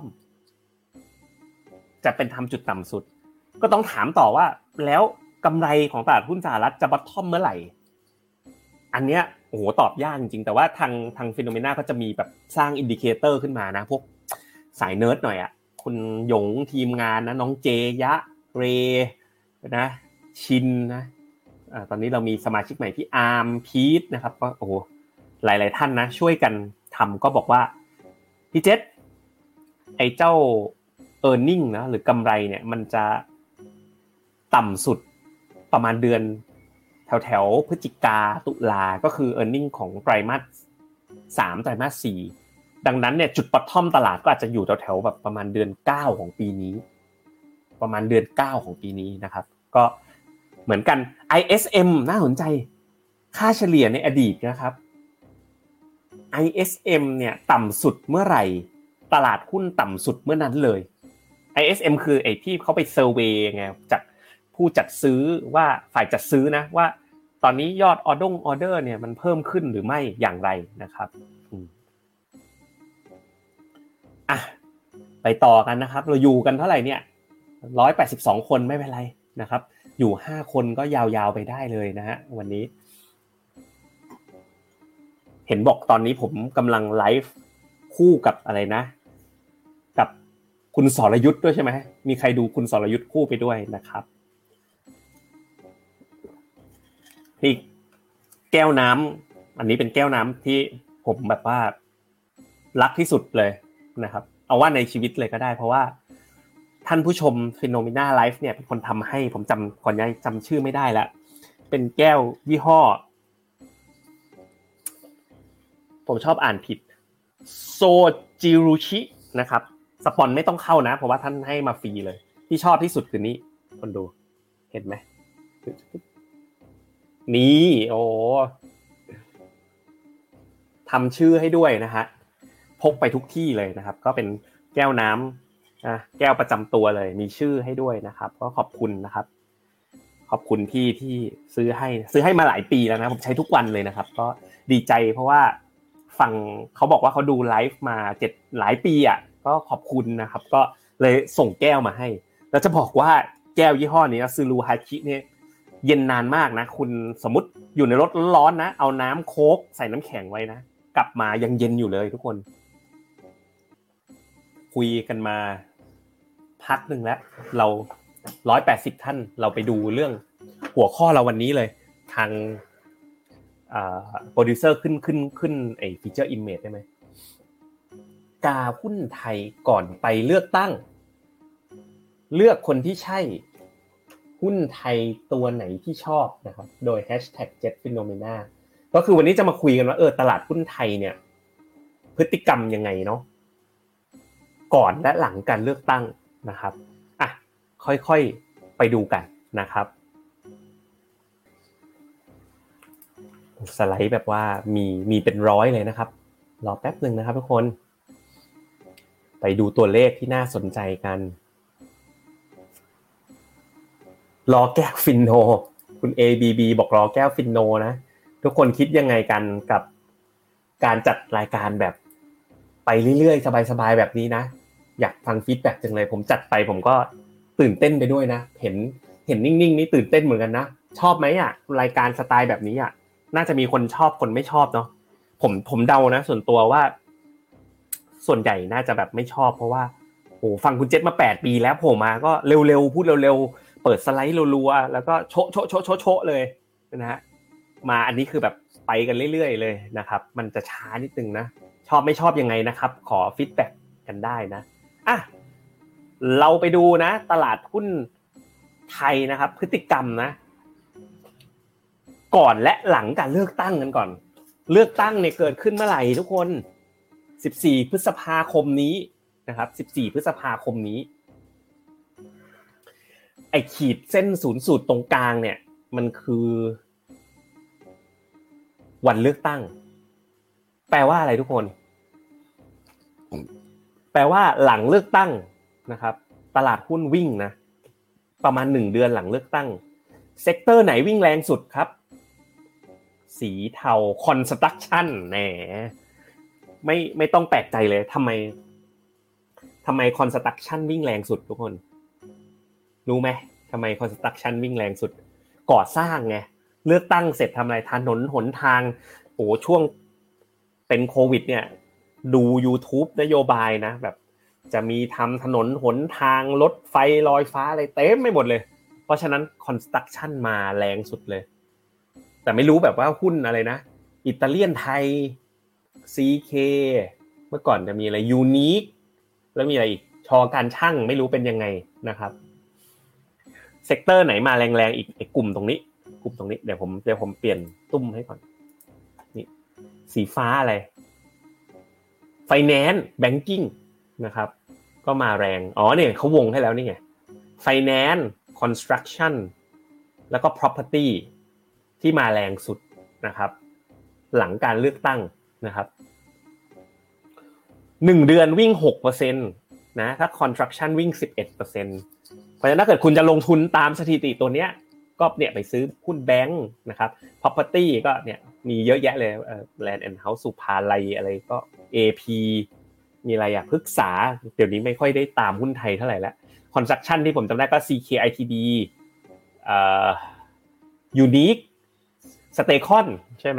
จะเป็นทำจุดต่ำสุดก็ต้องถามต่อว่าแล้วกำไรของตลาดหุ้นสหรัฐจะ bottom เมื่อไหร่อันเนี้ยโอ้โหตอบยากจริงๆแต่ว่าทาง Phenomena ก็จะมีแบบสร้างอินดิเคเตอร์ขึ้นมานะพวกสายเนิร์ดหน่อยอ่ะคุณหยงทีมงานนะน้องเจยะเรนะชินนะตอนนี้เรามีสมาชิกใหม่พี่อาร์มพีทนะครับก็โอ้โหหลายๆท่านนะช่วยกันทำก็บอกว่าพี่เจษไอ้เจ้า earning นะหรือกำไรเนี่ยมันจะต่ำสุดประมาณเดือนแถวพฤศจิกาตุลาก็คือ earning ของไตรมาส3ไตรมาส4ดังนั้นเนี่ยจุด bottom ตลาดก็อาจจะอยู่แถวๆแบบประมาณเดือน9ของปีนี้ประมาณเดือน9ของปีนี้นะครับก็เหมือนกัน ISM น่าสนใจค่าเฉลี่ยในอดีตนะครับ ISM เนี่ยต่ำสุดเมื่อไหร่ตลาดหุ้นต่ำสุดเมื่อนั้นเลย ISM คือไอ้ที่เขาไปเซอร์เวย์ไงจากผู้จัดซื้อว่าฝ่ายจัดซื้อนะว่าตอนนี้ยอดออเดอร์เนี่ยมันเพิ่มขึ้นหรือไม่อย่างไรนะครับไปต่อกันนะครับเราอยู่กันเท่าไหร่เนี่ย182คนไม่เป็นไรนะครับอยู่5คนก็ยาวๆไปได้เลยนะฮะวันนี้เห็นบอกตอนนี้ผมกำลังไลฟ์คู่กับอะไรนะกับคุณสรยุทธด้วยใช่ไหมมีใครดูคุณสรยุทธคู่ไปด้วยนะครับที่แก้วน้ำอันนี้เป็นแก้วน้ำที่ผมแบบว่ารักที่สุดเลยนะครับเอาว่าในชีวิตเลยก็ได้เพราะว่าท่านผู้ชม Phenomena Live เนี่ยเป็นคนทำให้ผมจำชื่อไม่ได้แล้วเป็นแก้วยี่ห้อผมชอบอ่านผิดโซจิรุชินะครับสปอนไม่ต้องเข้านะเพราะว่าท่านให้มาฟรีเลยที่ชอบที่สุดคือนี้คนดูเห็นไหมนี่โอ้ทำชื่อให้ด้วยนะฮะพกไปทุกที่เลยนะครับก็เป็นแก้วน้ำแก้วประจำตัวเลยมีชื่อให้ด้วยนะครับก็ขอบคุณนะครับขอบคุณที่ซื้อให้มาหลายปีแล้วนะผมใช้ทุกวันเลยนะครับก็ดีใจเพราะว่าฟังเขาบอกว่าเขาดูไลฟ์มาหลายปีอ่ะก็ขอบคุณนะครับก็เลยส่งแก้วมาให้แล้วจะบอกว่าแก้วยี่ห้อนี้ซึรุฮาชิเนี่ยเย็นนานมากนะคุณสมมุติอยู่ในรถร้อนนะเอาน้ำโค้กใส่น้ำแข็งไว้นะกลับมายังเย็นอยู่เลยทุกคนคุยกันมาพักนึงแล้วเรา180ท่านเราไปดูเรื่องหัวข้อเราวันนี้เลยทางโปรดิวเซอร์ขึ้นไอ้ฟีเจอร์อิมเมจได้มั้ยกาหุ้นไทยก่อนไปเลือกตั้งเลือกคนที่ใช่หุ้นไทยตัวไหนที่ชอบนะครับโดย #jetphenomena ก็คือวันนี้จะมาคุยกันว่าตลาดหุ้นไทยเนี่ยพฤติกรรมยังไงเนาะก่อนและหลังการเลือกตั้งนะครับค่อยๆไปดูกันนะครับสไลด์แบบว่ามีเป็นร้อยเลยนะครับรอแป๊บนึงนะครับทุกคนไปดูตัวเลขที่น่าสนใจกันรอแก้วฟินโนคุณ ABB บอกรอแก้วฟินโนนะทุกคนคิดยังไงกันกับการจัดรายการแบบไปเรื่อยๆสบายๆแบบนี้นะอยากฟังฟีดแบคจังเลยผมจัดไปผมก็ตื่นเต้นไปด้วยนะเห็นนิ่งๆนี่ตื่นเต้นเหมือนกันนะชอบไหมอ่ะรายการสไตล์แบบนี้อ่ะน่าจะมีคนชอบคนไม่ชอบเนาะผมเดานะส่วนตัวว่าส่วนใหญ่น่าจะแบบไม่ชอบเพราะว่าโอ้ฟังคุณเจษมา8ปีแล้วโผล่มาก็เร็วๆพูดเร็วๆเปิดสไลด์รัวๆแล้วก็โชะเลยนะฮะมาอันนี้คือแบบไปกันเรื่อยๆเลยนะครับมันจะช้านิดนึงนะชอบไม่ชอบยังไงนะครับขอฟีดแบคกันได้นะเราไปดูนะตลาดหุ้นไทยนะครับพฤติกรรมนะก่อนและหลังการเลือกตั้งกันก่อนเลือกตั้งเนี่ยเกิดขึ้นเมื่อไหร่ทุกคน14พฤษภาคมนี้นะครับ14พฤษภาคมนี้ไอ้ขีดเส้นศูนย์สูตรตรงกลางเนี่ยมันคือวันเลือกตั้งแปลว่าอะไรทุกคนแปลว่าหลังเลือกตั้งนะครับตลาดหุ้นวิ่งนะประมาณ1เดือนหลังเลือกตั้งเซกเตอร์ไหนวิ่งแรงสุดครับสีเทาคอนสตรัคชั่นแหมไม่ต้องแปลกใจเลยทำไมคอนสตรัคชั่นวิ่งแรงสุดทุกคนรู้ไหมทำไมคอนสตรัคชั่นวิ่งแรงสุดก่อสร้างไงเลือกตั้งเสร็จทำอะไรถนนหนทางโอ้ช่วงเป็นโควิดเนี่ยดู YouTube นโยบายนะแบบจะมีทำถนนหนทางรถไฟลอยฟ้าอะไรเต็มไม่หมดเลยเพราะฉะนั้นคอนสตรัคชั่นมาแรงสุดเลยแต่ไม่รู้แบบว่าหุ้นอะไรนะอิตาเลียนไทย CK เมื่อก่อนจะมีอะไรยูนิคแล้วมีอะไรอีกชอการช่างไม่รู้เป็นยังไงนะครับเซกเตอร์ไหนมาแรงๆอีกไอ้กลุ่มตรงนี้เดี๋ยวผมเปลี่ยนตุ้มให้ก่อนนี่สีฟ้าอะไร Finance Banking นะครับก็มาแรงเนี่ยเขาวงให้แล้วนี่ไง Finance Construction แล้วก็ Property ที่มาแรงสุดนะครับหลังการเลือกตั้งนะครับ1เดือนวิ่ง 6% นะถ้า construction วิ่ง 11%เพราะฉะนั้นถ้าเกิดคุณจะลงทุนตามสถิติตัวเนี้ยก็เนี่ยไปซื้อหุ้นแบงค์นะครับ property ก็เนี่ยมีเยอะแยะเลยland and house สุภาลัยอะไรก็ AP มีอะไรพฤกษาเดี๋ยวนี้ไม่ค่อยได้ตามหุ้นไทยเท่าไหร่แล้ว construction ที่ผมจำได้ก็ CKITD Unique Stacon ใช่ไหม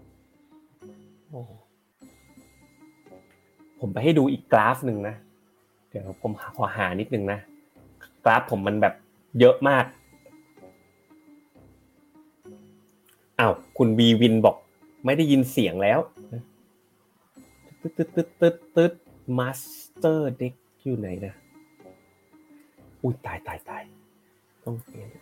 ผมไปให้ดูอีกกราฟนึงนะเดี๋ยวผมขอหานิดนึงนะกราฟผมมันแบบเยอะมากอ้าวคุณวีวินบอกไม่ได้ยินเสียงแล้วตึ๊ดมาสเตอร์เด็กอยู่ไหนนะอุ้ยตายต้องเปลี่ยน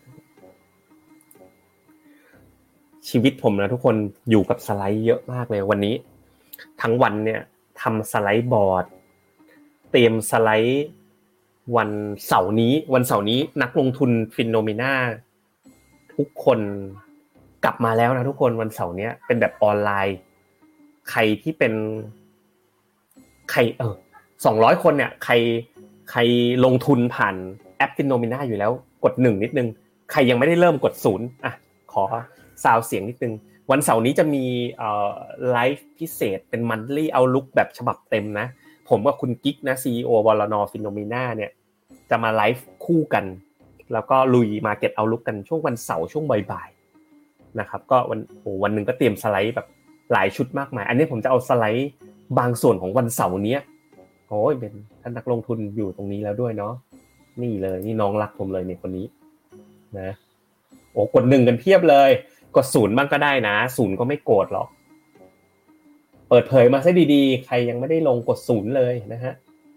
ชีวิตผมนะทุกคนอยู่กับสไลด์เยอะมากเลยวันนี้ทั้งวันเนี่ยทำสไลด์บอร์ดเตรียมสไลด์วันเสาร์นี้นักลงทุนฟินโนเมนาทุกคนกลับมาแล้วนะทุกคนวันเสาร์นี้เป็นแบบออนไลน์ใครที่เป็นใคร200คนเนี่ยใครลงทุนผ่านแอปฟินโนเมนาอยู่แล้วกด1นิดนึงใครยังไม่ได้เริ่มกด0ขอซาวเสียงนิดนึงวันเสาร์นี้จะมีไลฟ์พิเศษเป็น monthly outlook แบบฉบับเต็มนะผมกับคุณกิ๊กนะ CEO วลนฟินโนเมนาเนี่ยจะมาไลฟ์คู่กันแล้วก็ลุย market outlook กันช่วงวันเสาร์ช่วงบ่ายๆนะครับก็วันนึงก็เตรียมสไลด์แบบหลายชุดมากมายอันนี้ผมจะเอาสไลด์บางส่วนของวันเสาร์นี้โอ้ยเป็นท่านนักลงทุนอยู่ตรงนี้แล้วด้วยเนาะนี่เลยนี่น้องรักผมเลยเนี่ยคนนี้นะโอ้กด1กันเพียบเลยกด0บ้างก็ได้นะ0ก็ไม่โกรธหรอกเปิดเผยมาซะดีๆใครยังไม่ได้ลงกด0เลยนะฮะ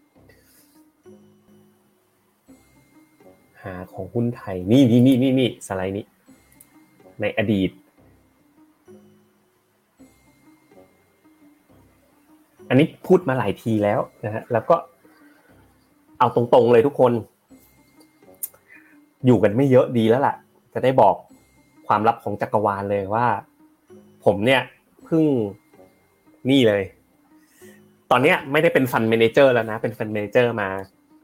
หาของหุ้นไทยนี่สไลด์นี้ในอดีตอันนี้พูดมาหลายทีแล้วนะฮะแล้วก็เอาตรงๆเลยทุกคนอยู่กันไม่เยอะดีแล้วล่ะจะได้บอกความลับของจักรวาลเลยว่าผมเนี่ยเพิ่งนี่เลยตอนนี้ไม่ได้เป็นฟันด์แมเนเจอร์แล้วนะเป็นฟันด์แมเนเจอร์มา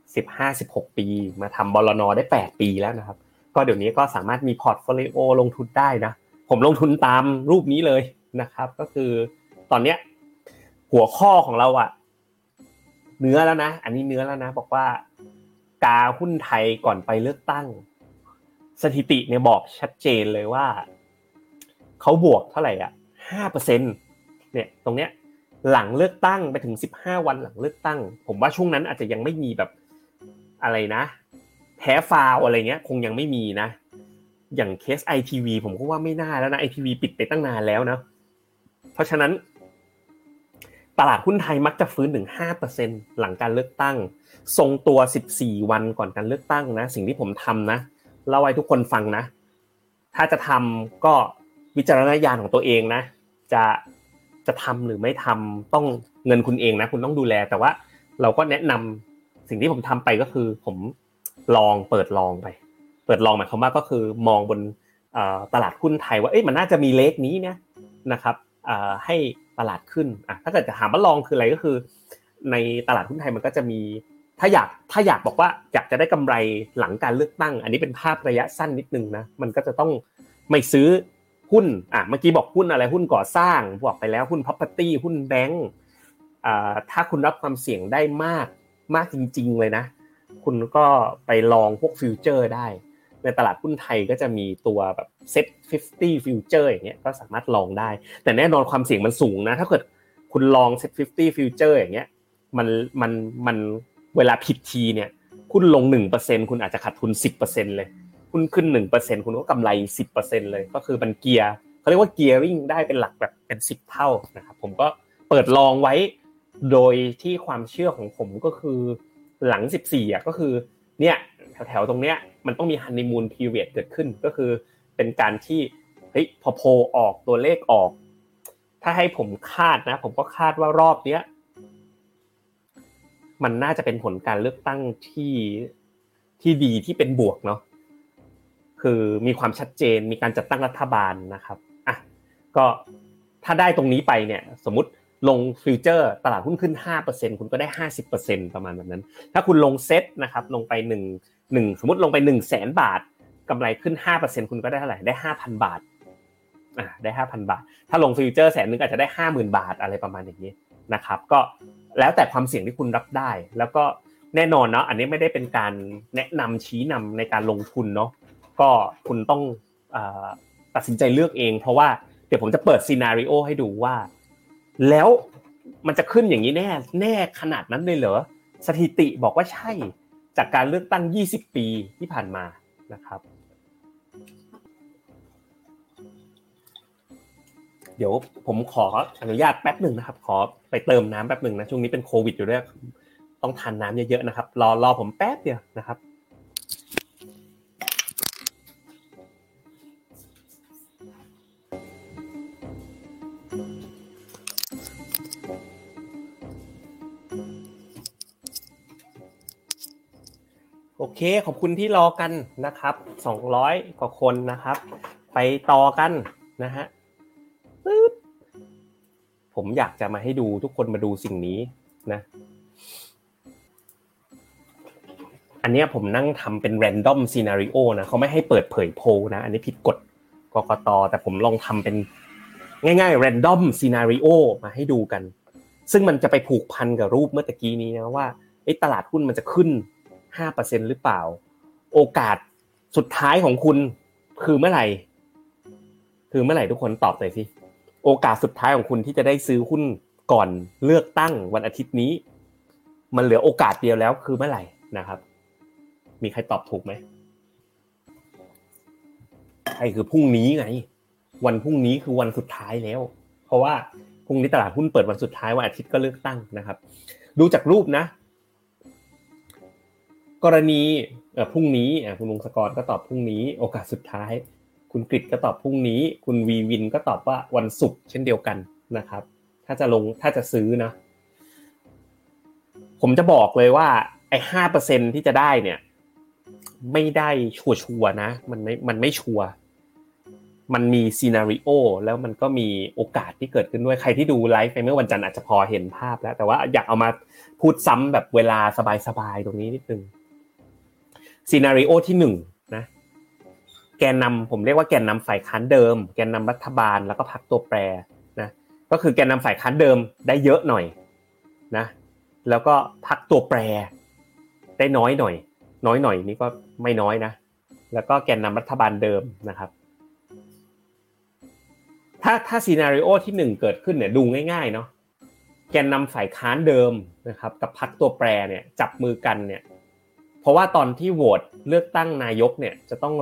15-16 ปีมาทำบลน.ได้8ปีแล้วนะครับก็เดี๋ยวนี้ก็สามารถมีพอร์ตโฟลิโอลงทุนได้นะผมลงทุนตามรูปนี้เลยนะครับก็คือตอนเนี้ยหัวข้อของเราเนื้อแล้วนะอันนี้เนื้อแล้วนะบอกว่ากาหุ้นไทยก่อนไปเลือกตั้งสถิติเนี่ยบอกชัดเจนเลยว่าเขาบวกเท่าไหร่5% เนี่ยตรงเนี้ยหลังเลือกตั้งไปถึง15วันหลังเลือกตั้งผมว่าช่วงนั้นอาจจะยังไม่มีแบบอะไรนะแพ้ฟาวอะไรเงี้ยคงยังไม่มีนะอย่างเคส ITV ผมก็ว่าไม่น่าแล้วนะ ITV ปิดไปตั้งนานแล้วนะเพราะฉะนั้นตลาดหุ้นไทยมักจะฟื้นถึง 5% หลังการเลือกตั้งทรงตัว14วันก่อนการเลือกตั้งนะสิ่งที่ผมทำนะเล่าให้ทุกคนฟังนะถ้าจะทำก็วิจารณญาณของตัวเองนะจะทำหรือไม่ทำต้องเงินคุณเองนะคุณต้องดูแลแต่ว่าเราก็แนะนำสิ่งที่ผมทำไปก็คือผมเปิดลองหมายความว่าก็คือมองบนตลาดหุ้นไทยว่ามันน่าจะมีเลขนี้เนี่ยนะครับให้ตลาดขึ้นถ้าเกิดจะถามว่าลองคืออะไรก็คือในตลาดหุ้นไทยมันก็จะมีถ้าอยากบอกว่าอยากจะได้กำไรหลังการเลือกตั้งอันนี้เป็นภาพระยะสั้นนิดนึงนะมันก็จะต้องไม่ซื้อหุ้นเมื่อกี้บอกหุ้นอะไรหุ้นก่อสร้างบอกไปแล้วหุ้น property หุ้นแบงก์ถ้าคุณรับความเสี่ยงได้มากจริงๆเลยนะคุณก็ไปลองพวกฟิวเจอร์ได้ในตลาดหุ้นไทยก็จะมีตัวแบบ Set 50 Future อย่างเงี้ยก็สามารถลองได้แต่แน่นอนความเสี่ยงมันสูงนะถ้าเกิดคุณลอง Set 50 Future อย่างเงี้ยมันเวลาผิดทีเนี่ยคุณลง 1% คุณอาจจะขาดทุน 10% เลยคุณขึ้น 1% คุณก็กำไร 10% เลยก็คือมันเกียร์เขาเรียกว่าเกียร์ริ่งได้เป็นหลักแบบเป็น10เท่านะครับผมก็เปิดลองไว้โดยที่ความเชื่อของผมก็คือหลัง14ก็คือเนี่ยแถวๆตรงเนี้ยมันต้องมีฮันนีมูนพีเรียดเกิดขึ้นก็คือเป็นการที่พอโพลออกตัวเลขออกถ้าให้ผมคาดนะผมก็คาดว่ารอบเนี้ยมันน่าจะเป็นผลการเลือกตั้งที่ดีที่เป็นบวกเนาะคือมีความชัดเจนมีการจัดตั้งรัฐบาลนะครับก็ถ้าได้ตรงนี้ไปเนี่ยสมมุติลงฟิวเจอร์ตลาดหุ้นขึ้น 5% คุณก็ได้ 50% ประมาณแบบนั้นถ้าคุณลงเซ็ตนะครับลงไป1สมมุติลงไป 100,000 บาทกำไรขึ้น 5% คุณก็ได้เท่าไหร่ได้ 5,000 บาทได้ 5,000 บาทถ้าลงฟิวเจอร์แสนนึงอาจจะได้ 50,000 บาทอะไรประมาณอย่างนี้นะครับก็แล้วแต่ความเสี่ยงที่คุณรับได้แล้วก็แน่นอนเนาะอันนี้ไม่ได้เป็นการแนะนำชี้นำในการลงทุนเนาะก็คุณต้องตัดสินใจเลือกเองเพราะว่าเดี๋ยวผมจะเปิดซีนาริโอให้ดูว่าแล้วมันจะขึ้นอย่างนี้แน่ขนาดนั้นเลยเหรอสถิติบอกว่าใช่จากการเลือกตั้ง20ปีที่ผ่านมานะครับเดี๋ยวผมขออนุญาตแป๊บนึงนะครับขอไปเติมน้ำแป๊บนึงนะช่วงนี้เป็นโควิดอยู่ด้วยต้องทานน้ำเยอะๆนะครับรอผมแป๊บเดียวนะครับโอเคขอบคุณที่รอกันนะครับ200กว่าคนนะครับไปต่อกันนะฮะปึ๊บผมอยากจะมาให้ดูทุกคนมาดูสิ่งนี้นะอันนี้ผมนั่งทำเป็น random scenario นะเขาไม่ให้เปิดเผยโพลนะอันนี้ผิดกฎกกต.แต่ผมลองทำเป็นง่ายๆ random scenario มาให้ดูกันซึ่งมันจะไปผูกพันกับรูปเมื่อตะกี้นี้นะว่าตลาดหุ้นมันจะขึ้น 5% หรือเปล่าโอกาสสุดท้ายของคุณคือเมื่อไหร่ทุกคนตอบหน่อยสิโอกาสสุดท้ายของคุณที่จะได้ซื้อหุ้นก่อนเลือกตั้งวันอาทิตย์นี้มันเหลือโอกาสเดียวแล้วคือเมื่อไหร่นะครับมีใครตอบถูกไหมใช่คือพรุ่งนี้ไงวันพรุ่งนี้คือวันสุดท้ายแล้วเพราะว่าพรุ่งนี้ตลาดหุ้นเปิดวันสุดท้ายวันอาทิตย์ก็เลือกตั้งนะครับดูจากรูปนะกรณีพรุ่งนี้คุณวงศกรก็ตอบพรุ่งนี้โอกาสสุดท้ายคุณกฤษก็ตอบพรุ่งนี้คุณวีวินก็ตอบว่าวันศุกร์เช่นเดียวกันนะครับถ้าจะซื้อนะผมจะบอกเลยว่าไอ้ 5% ที่จะได้เนี่ยไม่ได้ชัวร์ๆนะมันไม่ชัวร์มันมีซีนาริโอแล้วมันก็มีโอกาสที่เกิดขึ้นด้วยใครที่ดูไลฟ์ไปเมื่อวันจันทร์อาจจะพอเห็นภาพแล้วแต่ว่าอยากเอามาพูดซ้ำแบบเวลาสบายๆตรงนี้นิดนึงซีนาริโอที่1นะแกนนำผมเรียกว่าแกนนำฝ่ายค้านเดิมแกนนำรัฐบาลแล้วก็พรรคตัวแปรนะก็คือแกนนำฝ่ายค้านเดิมได้เยอะหน่อยนะแล้วก็พรรคตัวแปรได้น้อยหน่อยนี่ก็ไม่น้อยนะแล้วก็แกนนำรัฐบาลเดิมนะครับถ้าซีนาริโอที่1เกิดขึ้นเนี่ยดูง่ายๆเนาะแกนนำฝ่ายค้านเดิมนะครับกับพรรคตัวแปรเนี่ยจับมือกันเนี่ยเพราะว่าตอนที่โหวตเลือกตั้งนายกเนี่ยจะต้อง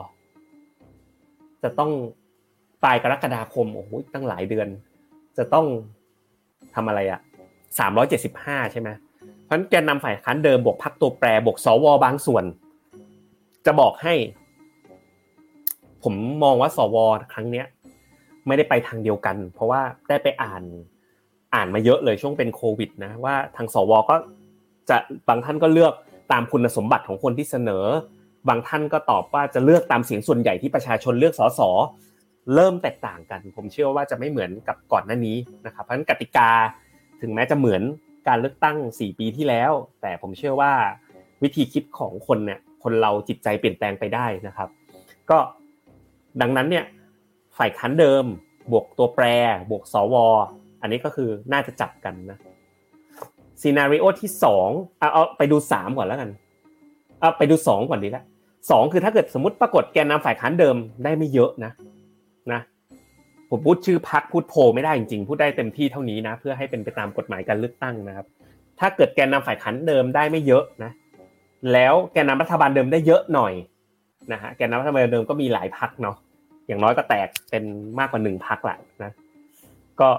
ปลายกรกฎาคมโอ้โหตั้งหลายเดือนจะต้องทำอะไร375ใช่ไหมเพราะฉะนั้นแกนนำฝ่ายค้านเดิมบวกพรรคตัวแปรบวกสวบางส่วนจะบอกให้ผมมองว่าสวครั้งเนี้ยไม่ได้ไปทางเดียวกันเพราะว่าได้ไปอ่านมาเยอะเลยช่วงเป็นโควิดนะว่าทางสวก็จะบางท่านก็เลือกตามคุณสมบัติของคนที่เสนอบางท่านก็ตอบว่าจะเลือกตามเสียงส่วนใหญ่ที่ประชาชนเลือกสสเริ่มแตกต่างกันผมเชื่อว่าจะไม่เหมือนกับก่อนหน้านี้นะครับเพราะฉะนั้นกติกาถึงแม้จะเหมือนการเลือกตั้ง4ปีที่แล้วแต่ผมเชื่อว่าวิธีคิดของคนเราจิตใจเปลี่ยนแปลงไปได้นะครับก็ดังนั้นเนี่ยฝ่ายค้านเดิมบวกตัวแปรบวกสวอันนี้ก็คือน่าจะจับกันนะซีนาริโอที่2เอาไปดู3ก่อนแล้วกันไปดู2ก่อนดีละ2คือถ้าเกิดสมมุติปรากฏแกนนำฝ่ายค้านเดิมได้ไม่เยอะนะผมพูดชื่อพรรคพูดโพไม่ได้จริงๆพูดได้เต็มที่เท่านี้นะเพื่อให้เป็นไปตามกฎหมายการเลือกตั้งนะครับถ้าเกิดแกนนำฝ่ายค้านเดิมได้ไม่เยอะนะแล้วแกนนำรัฐบาลเดิมได้เยอะหน่อยนะฮะแกนนำรัฐบาลเดิมก็มีหลายพรรคเนาะอย่างน้อยก็แตกเป็นมากกว่า1พรรคแหละนะก็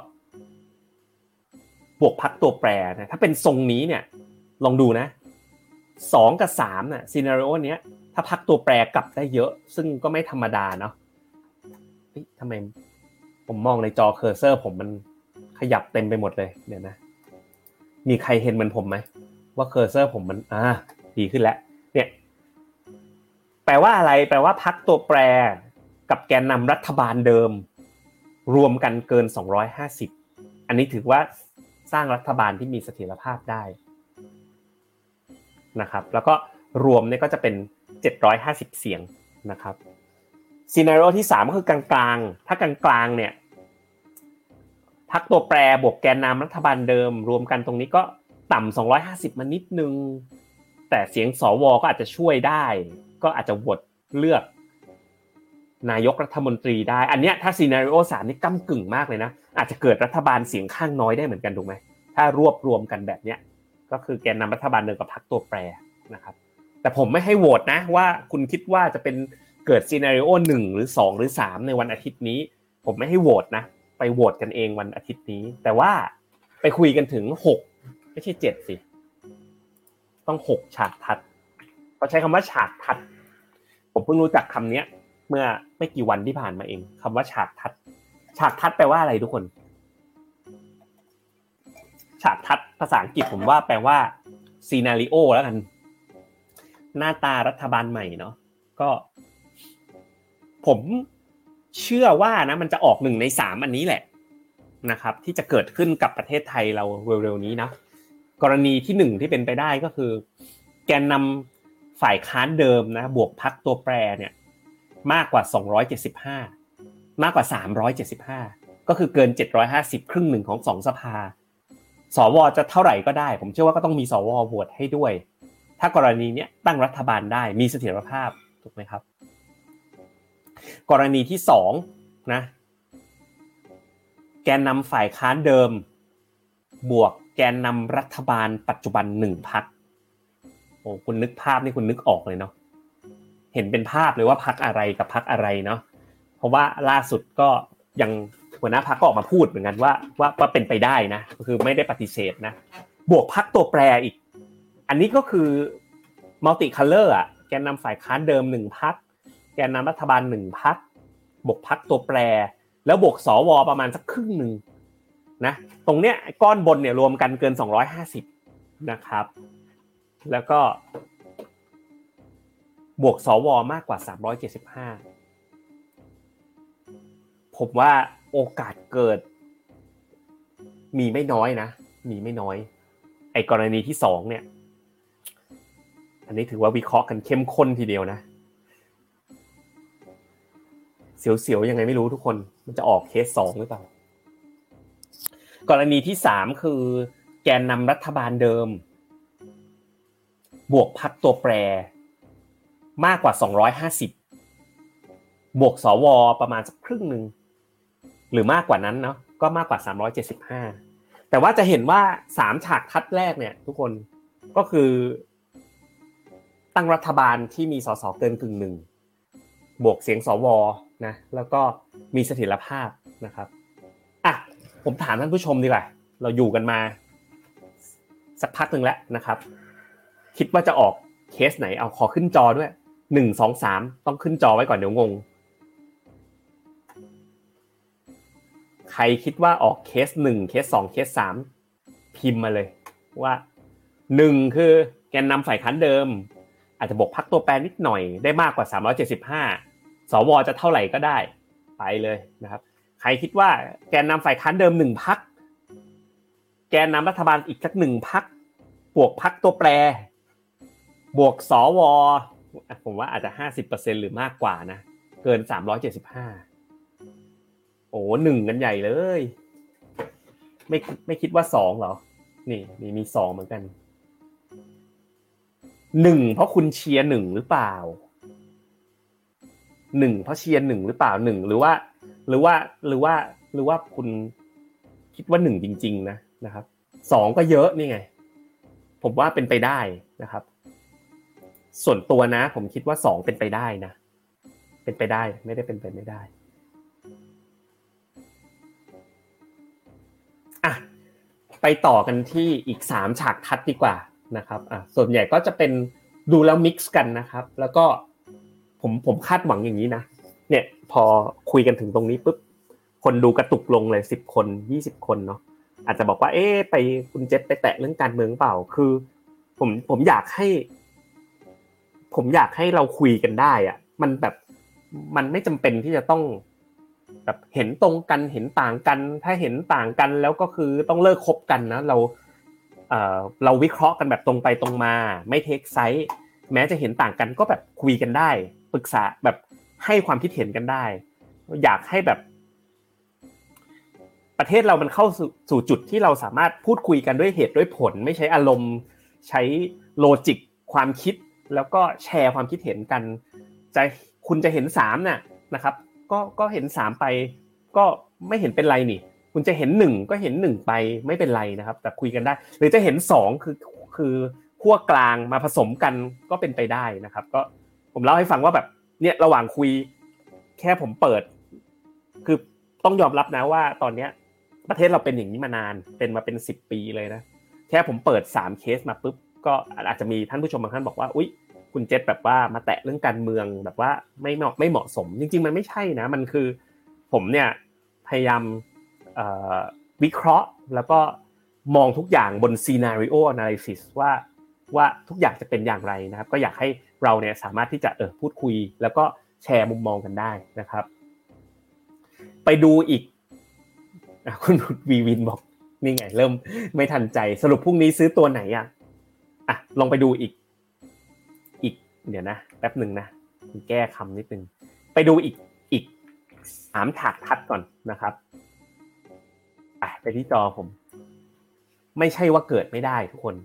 บวกพรรคตัวแปรนะถ้าเป็นทรงนี้เนี่ยลองดูนะ2กับ3น่ะซีนาริโอเนี้ยถ้าพรรคตัวแปรกลับได้เยอะซึ่งก็ไม่ธรรมดาเนาะทำไมผมมองในจอเคอร์เซอร์ผมมันขยับเต็มไปหมดเลยเดี๋ยวนะมีใครเห็นเหมือนผมไหมว่าเคอร์เซอร์ผมมันดีขึ้นแล้วเนี่ยแปลว่าอะไรแปลว่าพรรคตัวแปรกับแกนนำรัฐบาลเดิมรวมกันเกิน250อันนี้ถือว่าสร้างรัฐบาลที่มีเสถียรภาพได้นะครับแล้วก็รวมเนี่ยก็จะเป็น750เสียงนะครับซีนาริโอที่3ก็คือกลางๆถ้ากลางๆเนี่ยพรรคตัวแปรบวกแกนนำรัฐบาลเดิมรวมกันตรงนี้ก็ต่ำ250มานิดนึงแต่เสียงสวก็อาจจะช่วยได้ก็อาจจะโหวตเลือกนายกรัฐมนตรีได้อันเนี้ยถ้าซีนาริโอ3นี่ก้ำกึ่งมากเลยนะอาจจะเกิดรัฐบาลเสียงข้างน้อยได้เหมือนกันถูกไหมถ้ารวบรวมกันแบบเนี้ยก็คือแกนนำรัฐบาลเดิมกับพรรคตัวแปรนะครับแต่ผมไม่ให้โหวตนะว่าคุณคิดว่าจะเป็นเกิดซีนาริโอ1หรือ2หรือ3ในวันอาทิตย์นี้ผมไม่ให้โหวตนะไปโหวตกันเองวันอาทิตย์นี้แต่ว่าไปคุยกันถึง6ไม่ใช่7สิต้อง6ฉากทัศน์เขาใช้คำว่าฉากทัศน์ผมเพิ่งรู้จักคำนี้เมื่อไม่กี่วันที่ผ่านมาเองคำว่าฉากทัศน์ฉากทัศน์แปลว่าอะไรทุกคนฉากทัศน์ภาษาอังกฤษผมว่าแปลว่าซีนาริโอแล้วกันหน้าตารัฐบาลใหม่เนาะก็ผมเชื่อว่านะมันจะออก1ใน3อันนี้แหละนะครับที่จะเกิดขึ้นกับประเทศไทยเราเร็วๆนี้นะกรณีที่1ที่เป็นไปได้ก็คือแกนนำฝ่ายค้านเดิมนะบวกพรรคตัวแปรเนี่ยมากกว่า275มากกว่า375ก็คือเกิน750ครึ่งหนึ่งของ2สภาสวจะเท่าไหร่ก็ได้ผมเชื่อว่าก็ต้องมีสวโหวตให้ด้วยถ้ากรณีนี้ตั้งรัฐบาลได้มีเสถียรภาพถูกไหมครับกรณีที่2นะแกนนำฝ่ายค้านเดิมบวกแกนนำรัฐบาลปัจจุบัน1พรรคโอ้คุณนึกภาพนี่คุณนึกออกเลยเนาะเห็นเป็นภาพเลยว่าพรรคอะไรกับพรรคอะไรเนาะเพราะว่าล่าสุดก็ยังหัวหน้าพรรคก็ออกมาพูดเหมือนกันว่าเป็นไปได้นะก็คือไม่ได้ปฏิเสธนะบวกพรรคตัวแปรอีกอันนี้ก็คือมัลติคัลเลอร์อ่ะแกนนำฝ่ายค้านเดิม1พรรคแกนนำรัฐบาล1พรรคบวกพรรคตัวแปรแล้วบวกสวประมาณสักครึ่งนึงนะตรงเนี้ยก้อนบนเนี่ยรวมกันเกิน250นะครับแล้วก็บวกสวมากกว่า375ผมว่าโอกาสเกิดมีไม่น้อยนะมีไม่น้อยไอ้กรณีที่2เนี่ยอันนี้ถือว่าวิเคราะห์กันเข้มข้นทีเดียวนะเสียวๆยังไงไม่รู้ทุกคนมันจะออกเคส2หรือเปล่ากรณีที่3คือแกนนำรัฐบาลเดิมบวกพรรคตัวแปรมากกว่า250บวกสวประมาณสักครึ่งนึงหรือมากกว่านั้นเนาะก็มากกว่า375แต่ว่าจะเห็นว่า3ฉากทัศน์แรกเนี่ยทุกคนก็คือตั้งรัฐบาลที่มีสสเกินกึ่งหนึ่งบวกเสียงสวนะแล้วก็มีเสถียรภาพนะครับอ่ะผมถามท่านผู้ชมดีกว่าเราอยู่กันมาสักพักนึงแล้วนะครับคิดว่าจะออกเคสไหนเอาขอขึ้นจอด้วย1 2 3ต้องขึ้นจอไว้ก่อนเดี๋ยวงงใครคิดว่าออกเคส1เคส2เคส3พิมพ์มาเลยว่า1คือแกนนำฝ่ายค้านเดิมอาจจะบวกพรรคตัวแปรนิดหน่อยได้มากกว่า375สวจะเท่าไหร่ก็ได้ไปเลยนะครับใครคิดว่าแกนนำฝ่ายค้านเดิม1พรรคแกนนำรัฐบาลอีกสัก1พรรคบวกพรรคตัวแปรบวกสวผมว่าอาจจะ 50% หรือมากกว่านะเกิน375โอ้1กันใหญ่เลยไม่คิดว่า2เหรอนี่มี2เหมือนกัน1เพราะคุณเชียร์1หรือเปล่า1เพราะเชียร์1หรือเปล่า1หรือว่าคุณคิดว่า1จริงๆนะครับ2ก็เยอะนี่ไงผมว่าเป็นไปได้นะครับส่วนตัวนะผมคิดว่า2เป็นไปได้นะเป็นไปได้ไม่ได้เป็นไปไม่ได้อ่ะไปต่อกันที่อีก3ฉากทัศน์ดีกว่านะครับส่วนใหญ่ก็จะเป็นดูแล้วมิกซ์กันนะครับแล้วก็ผมคาดหวังอย่างนี้นะเนี่ยพอคุยกันถึงตรงนี้ปุ๊บคนดูกระตุกลงเลย10คน20คนเนาะอาจจะบอกว่าไปคุณเจษไปแตะเรื่องการเมืองเปล่าคือผมอยากให้เราคุยกันได้อะมันแบบมันไม่จำเป็นที่จะต้องแแบบเห็นตรงกันเห็นต่างกันถ้าเห็นต่างกันแล้วก็คือต้องเลิกคบกันนะเราวิเคราะห์กันแบบตรงไปตรงมาไม่เทคไซส์แม้จะเห็นต่างกันก็แบบคุยกันได้ปรึกษาแบบให้ความคิดเห็นกันได้อยากให้แบบประเทศเรามันเข้าสู่จุดที่เราสามารถพูดคุยกันด้วยเหตุด้วยผลไม่ใช้อารมณ์ใช้โลจิกความคิดแล้วก็แชร์ความคิดเห็นกันคุณจะเห็น3น่ะนะครับก็เห็น3ไปก็ไม่เห็นเป็นไรนี่คุณจะเห็น1ก็เห็น1ไปไม่เป็นไรนะครับแต่คุยกันได้หรือจะเห็น2คือขั้วกลางมาผสมกันก็เป็นไปได้นะครับก็ผมเล่าให้ฟังว่าแบบเนี่ยระหว่างคุยแค่ผมเปิดคือต้องยอมรับนะว่าตอนเนี้ยประเทศเราเป็นอย่างนี้มานานเป็นมาเป็น10ปีเลยนะแค่ผมเปิด3เคสมาปุ๊บก็อาจจะมีท่านผู้ชมบางท่านบอกว่าอุ๊ยคุณเจษแบบว่ามาแตะเรื่องการเมืองแบบว่าไม่เหมาะสมจริงๆมันไม่ใช่นะมันคือผมเนี่ยพยายามวิเคราะห์แล้วก็มองทุกอย่างบน scenario analysis ว่าทุกอย่างจะเป็นอย่างไรนะครับก็อยากให้เราเนี่ยสามารถที่จะพูดคุยแล้วก็แชร์มุมมองกันได้นะครับไปดูอีกคุณวีวินบอกนี่ไงเริ่มไม่ทันใจสรุปพรุ่งนี้ซื้อตัวไหนอ่ะลองไปดูอีกเดี๋ยวนะแป๊บนึงนะแก้คำนิดนึงไปดูอีก3ฉากทัดก่อนนะครับไปที่จอผมไม่ใช่ว่าเกิดไม่ได้ทุกคน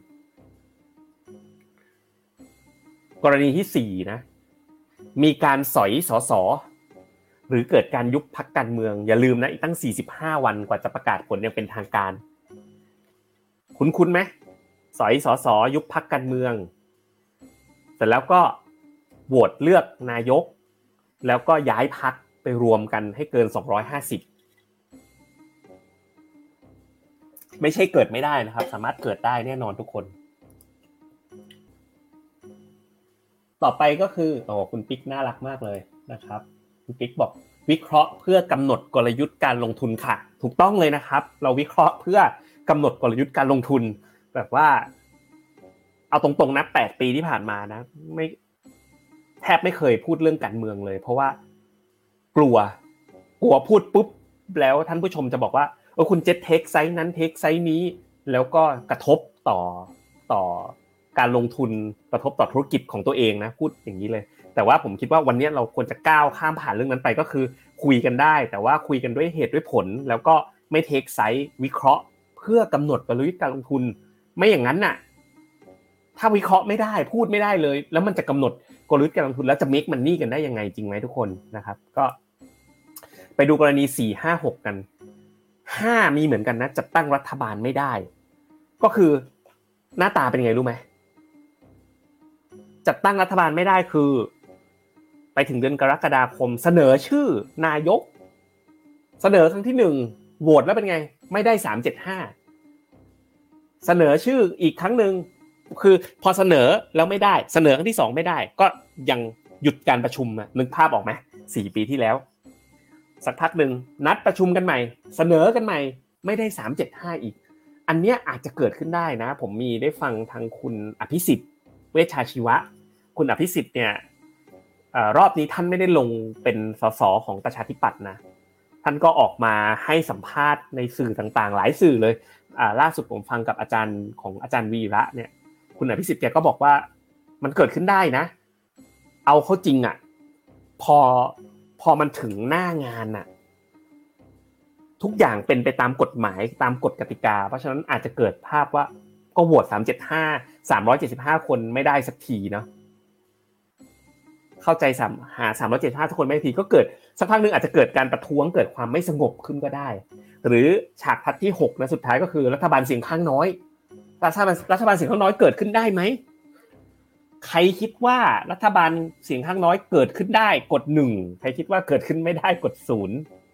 กรณีที่4นะมีการสอยสสหรือเกิดการยุบพรรคการเมืองอย่าลืมนะอีกตั้ง45วันกว่าจะประกาศผลอย่างเป็นทางการคุ้นไหมสอยสสยุบพรรคการเมืองเสร็จแล้วก็โหวตเลือกนายกแล้วก็ย้ายพรรคไปรวมกันให้เกิน250ไม่ใช่เกิดไม่ได้นะครับสามารถเกิดได้แน่นอนทุกคนต่อไปก็คือคุณปิ๊กน่ารักมากเลยนะครับคุณปิ๊กบอกวิเคราะห์เพื่อกำหนดกลยุทธ์การลงทุนค่ะถูกต้องเลยนะครับเราวิเคราะห์เพื่อกำหนดกลยุทธ์การลงทุนแบบว่าเอาตรงๆนะ8ปีที่ผ่านมานะแทบไม่เคยพูดเรื่องการเมืองเลยเพราะว่ากลัวพูดปุ๊บแล้วท่านผู้ชมจะบอกว่าคุณเจ็ตเทคไซส์นั้นเทคไซส์นี้แล้วก็กระทบต่อการลงทุนกระทบต่อธุรกิจของตัวเองนะพูดอย่างนี้เลยแต่ว่าผมคิดว่าวันนี้เราควรจะก้าวข้ามผ่านเรื่องนั้นไปก็คือคุยกันได้แต่ว่าคุยกันด้วยเหตุด้วยผลแล้วก็ไม่เทคไซส์วิเคราะห์เพื่อกำหนดกลยุทธ์การลงทุนไม่อย่างนั้นน่ะถ้าวิเคราะห์ไม่ได้พูดไม่ได้เลยแล้วมันจะกำหนดกลยุทธ์การลงทุนแล้วจะ make money กันได้ยังไงจริงไหมทุกคนนะครับก็ไปดูกรณี4 5 6กัน5มีเหมือนกันนะจัดตั้งรัฐบาลไม่ได้ก็คือหน้าตาเป็นไงรู้ไหมจัดตั้งรัฐบาลไม่ได้คือไปถึงเดือนกรกฎาคมเสนอชื่อนายกเสนอครั้งที่1โหวตแล้วเป็นไงไม่ได้375เสนอชื่ออีกครั้งนึงคือพอเสนอแล้วไม่ได้เสนอครั้งที่2ไม่ได้ก็ยังหยุดการประชุมนึกภาพออกไหม4ปีที่แล้วสักพักนึงนัดประชุมกันใหม่เสนอกันใหม่ไม่ได้375อีกอันเนี้ยอาจจะเกิดขึ้นได้นะผมมีได้ฟังทางคุณอภิสิทธิ์เวชชาชีวะคุณอภิสิทธิ์เนี่ยรอบนี้ท่านไม่ได้ลงเป็นสสของประชาธิปัตย์นะท่านก็ออกมาให้สัมภาษณ์ในสื่อต่างๆหลายสื่อเลยล่าสุดผมฟังกับอาจารย์ของอาจารย์วีระเนี่ยคุณอภิสิทธิ์แกก็บอกว่ามันเกิดขึ้นได้นะเอาเข้าจริงอ่ะพอมันถึงหน้างานน่ะทุกอย่างเป็นไปตามกฎหมายตามกฎกติกาเพราะฉะนั้นอาจจะเกิดภาพว่าก็โหวต375คนไม่ได้สักทีเนาะเข้าใจหา375ทุกคนไม่ทีก็เกิดสักพักนึงอาจจะเกิดการประท้วงเกิดความไม่สงบขึ้นก็ได้หรือฉากทัศน์ที่6และสุดท้ายก็คือรัฐบาลเสียงข้างน้อยรัฐบาลเสียงข้างน้อยเกิดขึ้นได้ไหมใครคิดว่ารัฐบาลเสียงข้างน้อยเกิดขึ้นได้กด1ใครคิดว่าเกิดขึ้นไม่ได้กด0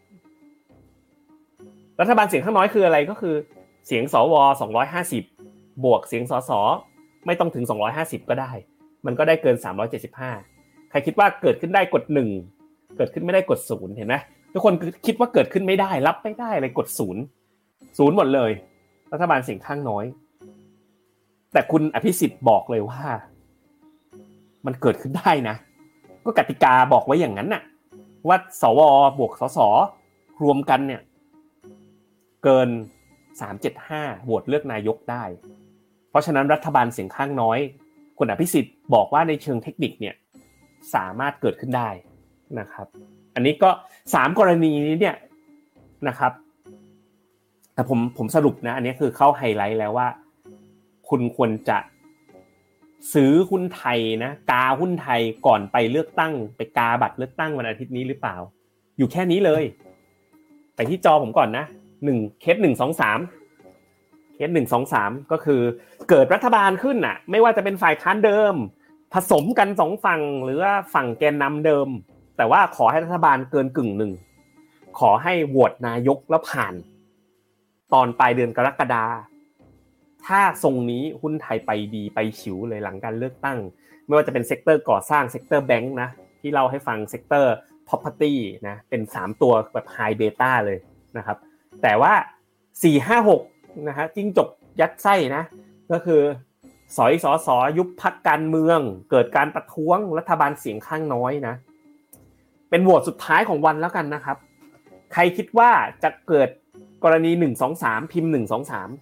รัฐบาลเสียงข้างน้อยคืออะไรก็คือเสียงสว250บวกเสียงสสไม่ต้องถึง250ก็ได้มันก็ได้เกิน375ใครคิดว่าเกิดขึ้นได้กด1เกิดขึ้นไม่ได้กด0เห็นไหมทุกคนคิดว่าเกิดขึ้นไม่ได้รับไม่ได้เลยกด0หมดเลยรัฐบาลเสียงข้างน้อยแต่คุณอภิสิทธิ์บอกเลยว่ามันเกิดขึ้นได้นะก็กติกาบอกไว้อย่างนั้นน่ะว่าสวบวกสสรวมกันเนี่ยเกิน375โหวตเลือกนายกได้เพราะฉะนั้นรัฐบาลเสียงข้างน้อยคุณอภิสิทธิ์บอกว่าในเชิงเทคนิคเนี่ยสามารถเกิดขึ้นได้นะครับอันนี้ก็3กรณีนี้เนี่ยนะครับแต่ผมสรุปนะอันนี้คือเข้าไฮไลท์แล้วว่าคุณควรจะซื้อหุ้นไทยนะกาหุ้นไทยก่อนไปเลือกตั้งไปกาบัตรเลือกตั้งวันอาทิตย์นี้หรือเปล่าอยู่แค่นี้เลยไปที่จอผมก่อนนะ1เคส1 2 3เคส1 2 3ก็คือเกิดรัฐบาลขึ้นน่ะไม่ว่าจะเป็นฝ่ายค้านเดิมผสมกัน2ฝั่งหรือว่าฝั่งแกนนำเดิมแต่ว่าขอให้รัฐบาลเกินกึ่งหนึ่งขอให้โหวตนายกแล้วผ่านตอนปลายเดือนกรกฎาคมถ้าทรงนี้หุ้นไทยไปดีไปฉิวเลยหลังการเลือกตั้งไม่ว่าจะเป็นเซกเตอร์ก่อสร้างเซกเตอร์แบงค์นะที่เล่าให้ฟังเซกเตอร์ property นะเป็น3ตัวแบบ high beta เลยนะครับแต่ว่า4 5 6นะฮะจิ้งจกยัดไส้นะก็คือสสยุบพรรคการเมืองเกิดการประท้วงรัฐบาลเสียงข้างน้อยนะเป็นโหวตสุดท้ายของวันแล้วกันนะครับใครคิดว่าจะเกิดกรณี1 2 3พิมพ์1 2 3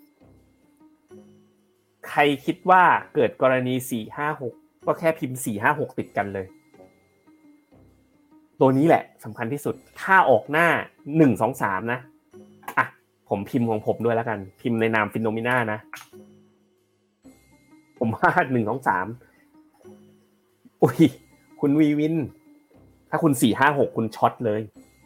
ใครคิดว่าเกิดกรณี4 5 6ก็แค่พิมพ์4 5 6ติดกันเลยตัวนี้แหละสำคัญที่สุดถ้าออกหน้า1 2 3นะอ่ะผมพิมพ์ของผมด้วยแล้วกันพิมพ์ในนามฟิโนมิน่านะผมว่า1 2 3อุ้ยคุณวีวินถ้าคุณ4 5 6คุณช็อตเลย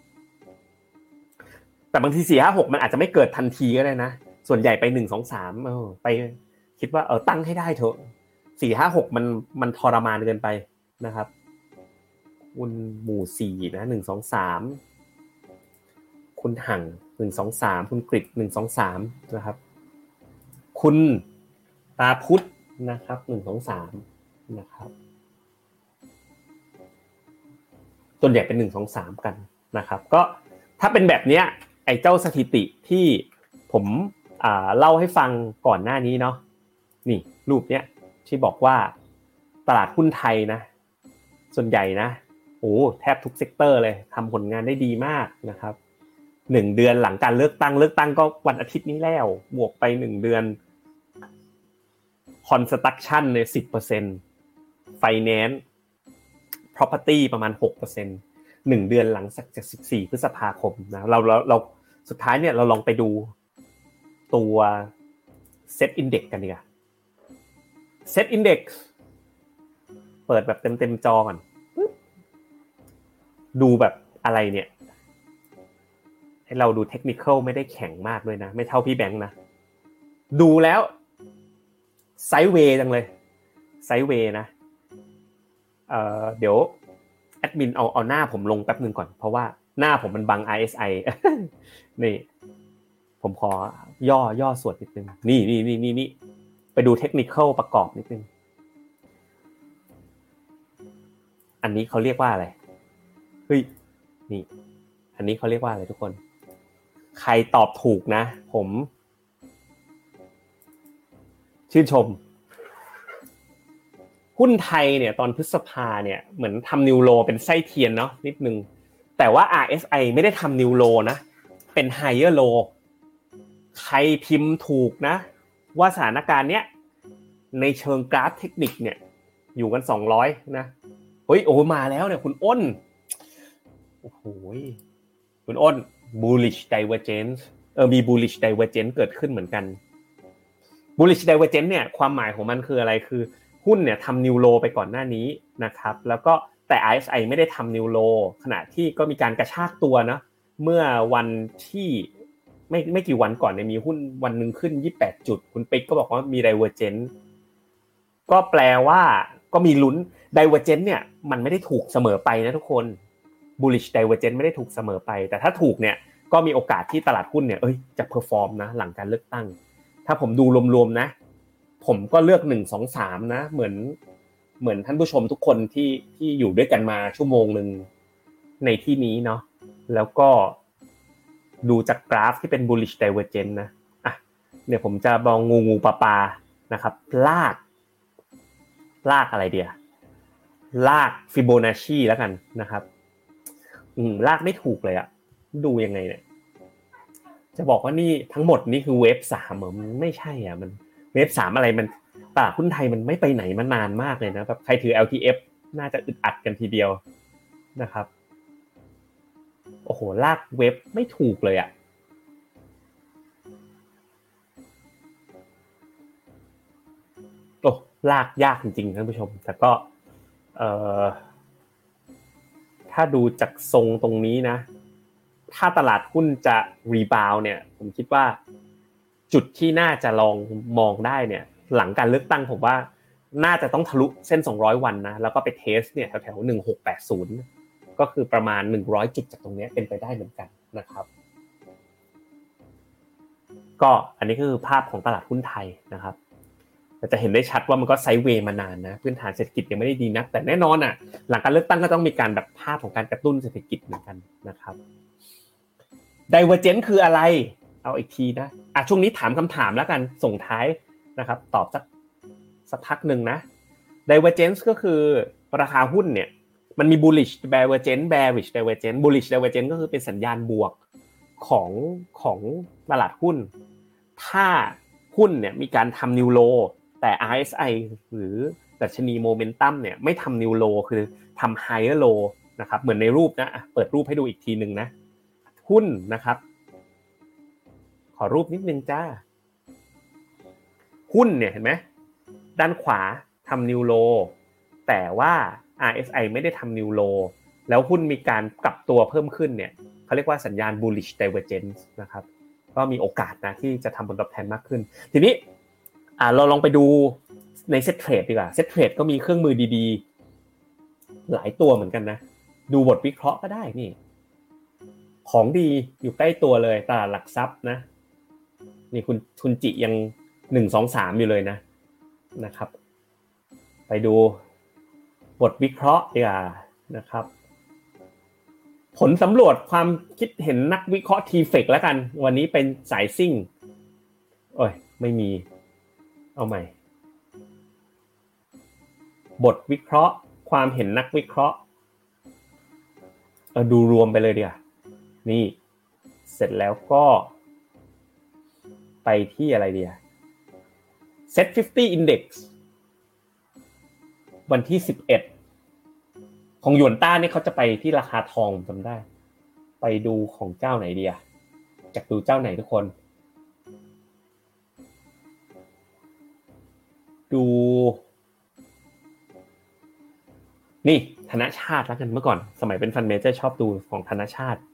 แต่บางที4 5 6มันอาจจะไม่เกิดทันทีก็ได้นะส่วนใหญ่ไป1 2 3ไปคิดว่าตั้งให้ได้เถอะ4 5 6มันทรมานเกินไปนะครับคุณหมู่4นะ1 2 3คุณหั่ง1 2 3คุณกฤษ1 2 3นะครับคุณตาพุทธนะครับ1 2 3นะครับส่วนใหญ่เป็น1 2 3กันนะครับก็ถ้าเป็นแบบเนี้ยไอ้เจ้าสถิติที่ผมเล่าให้ฟังก่อนหน้านี้เนาะนี่รูปเนี้ยที่บอกว่าตลาดหุ้นไทยนะส่วนใหญ่นะโอ้แทบทุกเซกเตอร์เลยทำผลงานได้ดีมากนะครับ1เดือนหลังการเลือกตั้งก็วันอาทิตย์นี้แล้วบวกไป1เดือน construction เนี่ย 10% finance property ประมาณ 6% 1เดือนหลังจาก14พฤษภาคมนะเราสุดท้ายเนี่ยเราลองไปดูตัว Set Index กันดีกว่า Set Index เปิดแบบเต็มจอก่อนดูแบบอะไรเนี่ยให้เราดูเทคนิคอลไม่ได้แข็งมากด้วยนะไม่เท่าพี่แบงค์นะดูแล้วไซด์เวย์จังเลยไซด์เวย์นะเดี๋ยวแอดมินเอาหน้าผมลงแป๊บนึงก่อนเพราะว่าหน้าผมมันบัง RSI นี่ผมขอย่อส่วนนิดนึงนี่ไปดูเทคนิคอลประกอบนิดนึงอันนี้เขาเรียกว่าอะไรเฮ้ยนี่อันนี้เขาเรียกว่าอะไรทุกคนใครตอบถูกนะผมชื่นชมหุ้นไทยเนี่ยตอนพฤษภาเนี่ยเหมือนทำนิวโลเป็นไส้เทียนเนาะนิดนึงแต่ว่า RSI ไม่ได้ทำนิวโลนะเป็นไฮเออร์โลใครพิมพ์ถูกนะว่าสถานการณ์เนี้ยในเชิงกราฟเทคนิคเนี่ยอยู่กัน200นะเฮ้ยโอ้มาแล้วเนี่ยคุณอ้นโอ้โหคุณอ้น bullish divergence มี bullish divergence เกิดขึ้นเหมือนกัน bullish divergence เนี่ยความหมายของมันคืออะไรคือหุ้นเนี่ยทำนิวโลไปก่อนหน้านี้นะครับแล้วก็แต่ RSI ไม่ได้ทำนิวโลขณะที่ก็มีการกระชากตัวนะเมื่อวันที่ไม่กี่วันก่อนเนี่ยมีหุ้นวันนึงขึ้น28จุดคุณปิ๊กก็บอกว่ามี divergence ก็แปลว่าก็มีลุ้น divergence เนี่ยมันไม่ได้ถูกเสมอไปนะทุกคน bullish divergence ไม่ได้ถูกเสมอไปแต่ถ้าถูกเนี่ยก็มีโอกาสที่ตลาดหุ้นเนี่ยจะ perform นะหลังการเลือกตั้งถ้าผมดูรวมๆนะผมก็เลือก1 2 3นะเหมือนท่านผู้ชมทุกคนที่อยู่ด้วยกันมาชั่วโมงนึงในที่นี้เนาะแล้วก็ดูจากกราฟที่เป็น bullish divergence นะอ่ะเนี่ยผมจะมองงูปลานะครับลากอะไรเดียวลากฟิโบนัชชีแล้วกันนะครับลากไม่ถูกเลยอ่ะดูยังไงเนี่ยจะบอกว่านี่ทั้งหมดนี่คือเวฟ3เหรอมันไม่ใช่อ่ะมันเวฟ3อะไรมันตลาดหุ้นไทยมันไม่ไปไหนมานานมากเลยนะแบบใครถือ LTF น่าจะอึดอัดกันทีเดียวนะครับโอ้โหลากเว็บไม่ถูกเลยอ่ะโอ้ลากยากจริงๆท่านผู้ชมแต่ก็เอ่อถ้าดูจากทรงตรงนี้นะถ้าตลาดหุ้นจะรีบาวเนี่ยผมคิดว่าจุดที่น่าจะลองมองได้เนี่ยหลังการเลือกตั้งผมว่าน่าจะต้องทะลุเส้น200วันนะแล้วก็ไปเทสเนี่ยแถวๆ1680ก็คือประมาณ100จุดจากตรงนี้เป็นไปได้เหมือนกันนะครับก็อันนี้คือภาพของตลาดหุ้นไทยนะครับจะเห็นได้ชัดว่ามันก็ไซด์เวย์มานานนะพื้นฐานเศรษฐกิจยังไม่ได้ดีนักแต่แน่นอนอ่ะหลังการเลือกตั้งก็ต้องมีการแบบภาพของการกระตุ้นเศรษฐกิจเหมือนกันนะครับDivergence คืออะไรเอาอีกทีนะช่วงนี้ถามคำถามแล้วกันส่งท้ายนะครับตอบสักพักนึงนะ Divergence ก็คือราคาหุ้นเนี่ยมันมี bullish divergence bearish divergence bullish divergence ก็คือเป็นสัญญาณบวกของตลาดหุ้นถ้าหุ้นเนี่ยมีการทำนิวโลแต่ RSI หรือดัชนีโมเมนตัมเนี่ยไม่ทำนิวโลคือทำ higher low นะครับเหมือนในรูปนะเปิดรูปให้ดูอีกทีนึงนะหุ้นนะครับขอรูปนิดนึงจ้าหุ้นเนี่ยเห็นไหมด้านขวาทำนิวโลแต่ว่า RSI ไม่ได้ทำนิวโลแล้วหุ้นมีการกลับตัวเพิ่มขึ้นเนี่ยเขาเรียกว่าสัญญาณ bullish divergence นะครับก็มีโอกาสนะที่จะทำผลตอบแทนมากขึ้นทีนี้เราลองไปดูในเซ็ตเทรดดีกว่าเซ็ตเทรดก็มีเครื่องมือดีๆหลายตัวเหมือนกันนะดูบทวิเคราะห์ก็ได้นี่ของดีอยู่ใกล้ตัวเลยตลาดหลักทรัพย์นะนี่คุณจิยัง1 2 3อยู่เลยนะครับไปดูบทวิเคราะห์ดีกว่านะครับผลสำรวจความคิดเห็นนักวิเคราะห์ TFEC แล้วกันวันนี้เป็นสายซิ่งโอ้ยไม่มีเอาใหม่บทวิเคราะห์ความเห็นนักวิเคราะห์ดูรวมไปเลยดีกว่านี่เสร็จแล้วก็ไปที่อะไรดีอ่ะ Set 50 Index วันที่11ของหยวนต้านี่เขาจะไปที่ราคาทองจำได้ไปดูของเจ้าไหนดีอ่ะอยากดูเจ้าไหนทุกคนดูนี่ธนชาติแล้วกันเมื่อก่อนสมัยเป็นฟันเมเจอร์ชอบดูของธนชาติ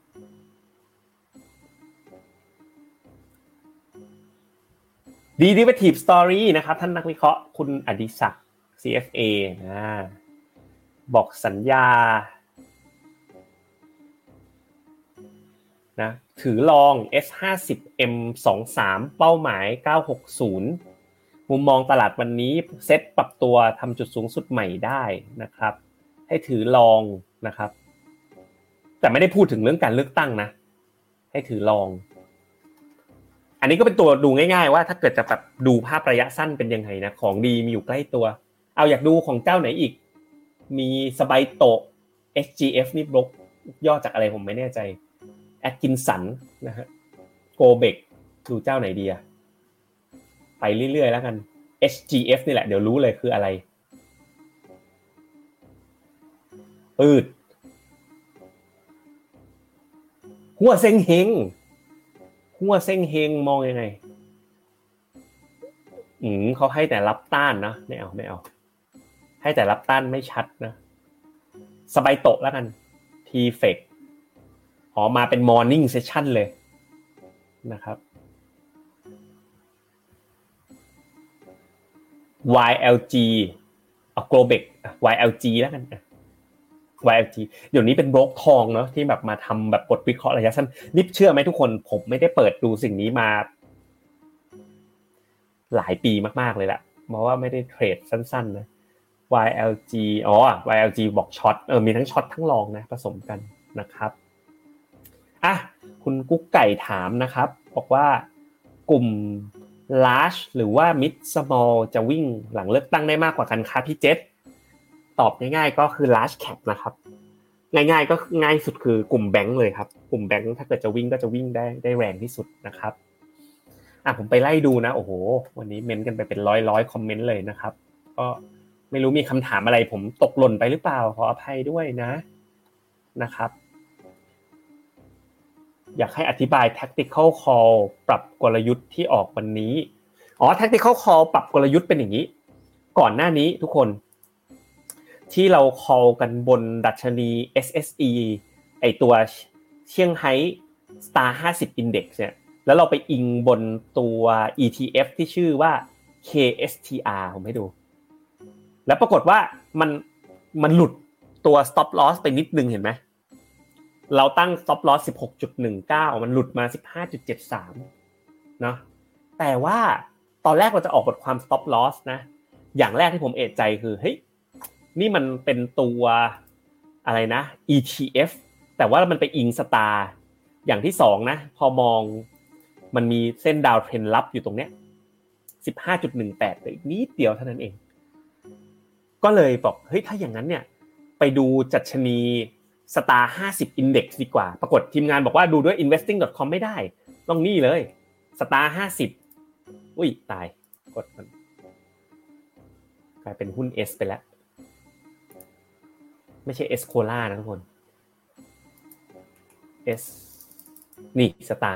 Derivative Story นะครับท่านนักวิเคราะห์คุณอดิศักดิ์ CFA บอกสัญญานะถือลอง S50 M23 เป้าหมาย960มุมมองตลาดวันนี้เซ็ตปรับตัวทำจุดสูงสุดใหม่ได้นะครับให้ถือลองนะครับแต่ไม่ได้พูดถึงเรื่องการเลือกตั้งนะให้ถือลองอันนี้ก็เป็นตัวดูง่ายๆว่าถ้าเกิดจะแบบดูภาพระยะสั้นเป็นยังไงนะของดีมีอยู่ใกล้ตัวเอาอยากดูของเจ้าไหนอีกมีสบายโตะ SGF นี่บล็อกย่อจากอะไรผมไม่แน่ใจแอดกินสันนะฮะโกเบกดูเจ้าไหนดีอะไปเรื่อยๆแล้วกัน SGF นี่แหละเดี๋ยวรู้เลยคืออะไรปืดหัวเซ็งเฮงหัวเซ็งเฮงมองยังไงเขาให้แต่รับต้านนะไม่เอาให้แต่รับต้านไม่ชัดนะสบายโตะแล้วกัน TFEC มาเป็น morning session เลยนะครับ YLG Globek YLG แล้วกันYLG เดี๋ยวนี้เป็นโบรกทองเนาะที่แบบมาทำแบบบทวิเคราะห์ระยะสั้นนี่เชื่อไหมทุกคนผมไม่ได้เปิดดูสิ่งนี้มาหลายปีมากๆเลยแหละเพราะว่าไม่ได้เทรดสั้นๆนะ YLG YLG บอกช็อตมีทั้งช็อตทั้งลองนะผสมกันนะครับคุณกุ๊กไก่ถามนะครับบอกว่ากลุ่ม large หรือว่า mid small จะวิ่งหลังเลือกตั้งได้มากกว่ากันครับพี่เจษตอบง่ายๆก็คือ large cap นะครับง่ายๆก็ง่ายสุดคือกลุ่มแบงค์เลยครับกลุ่มแบงค์ถ้าเกิดจะวิ่งก็จะวิ่งได้แรงที่สุดนะครับผมไปไล่ดูนะโอ้โหวันนี้เม้นต์กันไปเป็นร้อยคอมเมนต์เลยนะครับก็ไม่รู้มีคำถามอะไรผมตกหล่นไปหรือเปล่าขออภัยด้วยนะครับอยากให้อธิบาย tactical call ปรับกลยุทธ์ที่ออกวันนี้tactical call ปรับกลยุทธ์เป็นอย่างนี้ก่อนหน้านี้ทุกคนที่เรา call กันบนดัชนี SSE ไอตัวเซี่ยงไฮ้ Star 50 Index เนี่ยแล้วเราไปอิงบนตัว ETF ที่ชื่อว่า KSTR ผมให้ดูแล้วปรากฏว่ามันหลุดตัว stop loss ไปนิดนึงเห็นไหมเราตั้ง stop loss 16.19 มันหลุดมา 15.73 เนาะแต่ว่าตอนแรกเราจะออกบทความ stop loss นะอย่างแรกที่ผมเอะใจคือเฮ้ยนี่มันเป็นตัวอะไรนะ ETF แต่ว่ามันไปอิงสตาร์อย่างที่2นะพอมองมันมีเส้นดาวเทรนด์ลับอยู่ตรงเนี้ย 15.18 อีกนิดเดียวเท่านั้นเองก็เลยบอกเฮ้ยถ้าอย่างนั้นเนี่ยไปดูดัชนี Star 50 Index ดีกว่าปรากฏทีมงานบอกว่าดูด้วย investing.com ไม่ได้ต้องนี่เลย Star 50อุ้ยตายกดมันกลายเป็นหุ้น S ไปแล้วไม่ใช่ S Cola นะทุกคน S นี่ Star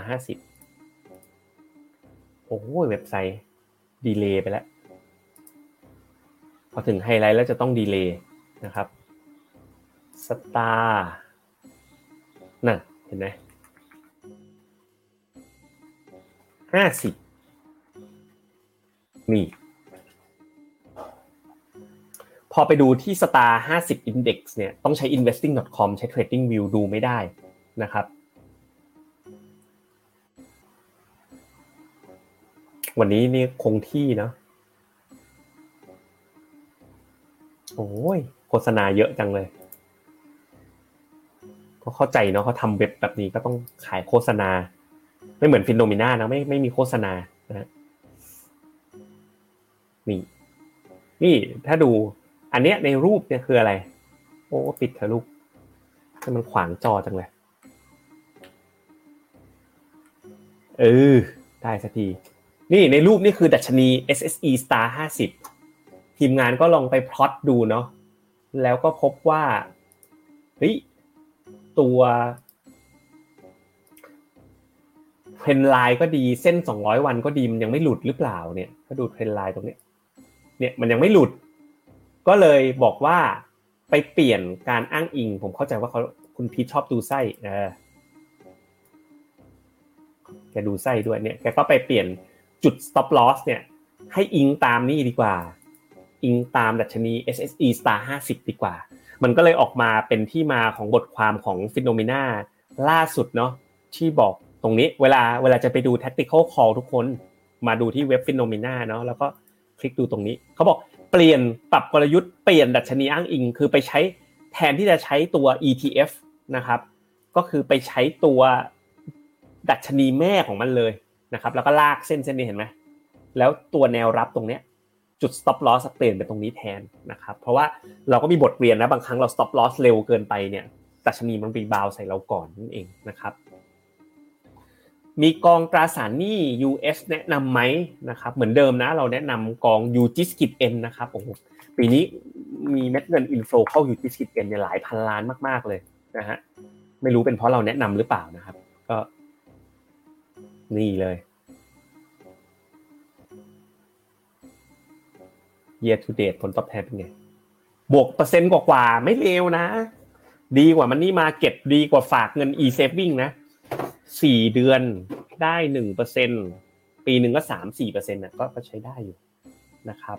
50โอ้โหเว็บไซต์ดีเลย์ไปแล้วพอถึงไฮไลท์แล้วจะต้องดีเลย์นะครับสตาร์นั่นเห็นไหม50นี่พอไปดูที่ Star 50 Index เนี่ยต้องใช้ investing.com ใช้ TradingView ดูไม่ได้นะครับวันนี้นี่คงที่เนาะโอ้ยโฆษณาเยอะจังเลยก็เข้าใจเนาะเขาทำเว็บแบบนี้ก็ต้องขายโฆษณาไม่เหมือนฟินโนมิน่านะไม่มีโฆษณานะนี่ถ้าดูอันเนี้ยในรูปเนี่ยคืออะไรโอ้ปิดเถอะรูปให้มันขวางจอจังเลยได้สักทีนี่ในรูปนี่คือดัชนี SSE Star 50ทีมงานก็ลองไปพลอตดูเนาะแล้วก็พบว่าเฮ้ยตัวเทรนด์ไลน์ก็ดีเส้น200วันก็ดีมันยังไม่หลุดหรือเปล่าเนี่ยถ้าดูเทรนด์ไลน์ตรงนี้เนี่ยมันยังไม่หลุดก็เลยบอกว่าไปเปลี่ยนการอ้างอิงผมเข้าใจว่าคุณพีทชอบดูไส้แกดูไส้ด้วยเนี่ยแกก็ไปเปลี่ยนจุด stop loss เนี่ยให้อิงตามนี่ดีกว่าอิงตามดัชนี SSE Star 50ดีกว่ามันก็เลยออกมาเป็นที่มาของบทความของ Phenomena ล่าสุดเนาะที่บอกตรงนี้เวลาจะไปดู tactical call ทุกคนมาดูที่เว็บ Phenomena เนาะแล้วก็คลิกดูตรงนี้เขาบอกเปลี่ยนปรับกลยุทธ์เปลี่ยนดัชนีอ้างอิงคือไปใช้แทนที่จะใช้ตัว ETF นะครับก็คือไปใช้ตัวดัชนีแม่ของมันเลยนะครับแล้วก็ลากเส้นนี้เห็นไหมแล้วตัวแนวรับตรงเนี้ยจุด stop loss เปลี่ยนเป็นตรงนี้แทนนะครับเพราะว่าเราก็มีบทเรียนนะบางครั้งเรา stop loss เร็วเกินไปเนี่ยดัชนีมันรีบาวด์ใส่เราก่อนนั่นเองนะครับมีกองตราสารหนี้ US แนะนำไหมนะครับเหมือนเดิมนะเราแนะนำกอง UGIS-N นะครับโอ้โหปีนี้มีเม็ดเงินอินโฟลเข้า UGIS-N เนี่ยหลายพันล้านมากๆเลยนะฮะไม่รู้เป็นเพราะเราแนะนำหรือเปล่านะครับก็นี่เลย year to date ผลตอบแทนเป็นไงบวกเปอร์เซ็นต์กว่าๆไม่เลวนะดีกว่ามันนี่มาเก็บดีกว่าฝากเงิน e-saving นะ4เดือนได้ 1% ปีนึงก็ 3-4% น่ะก็ใช้ได้อยู่นะครับ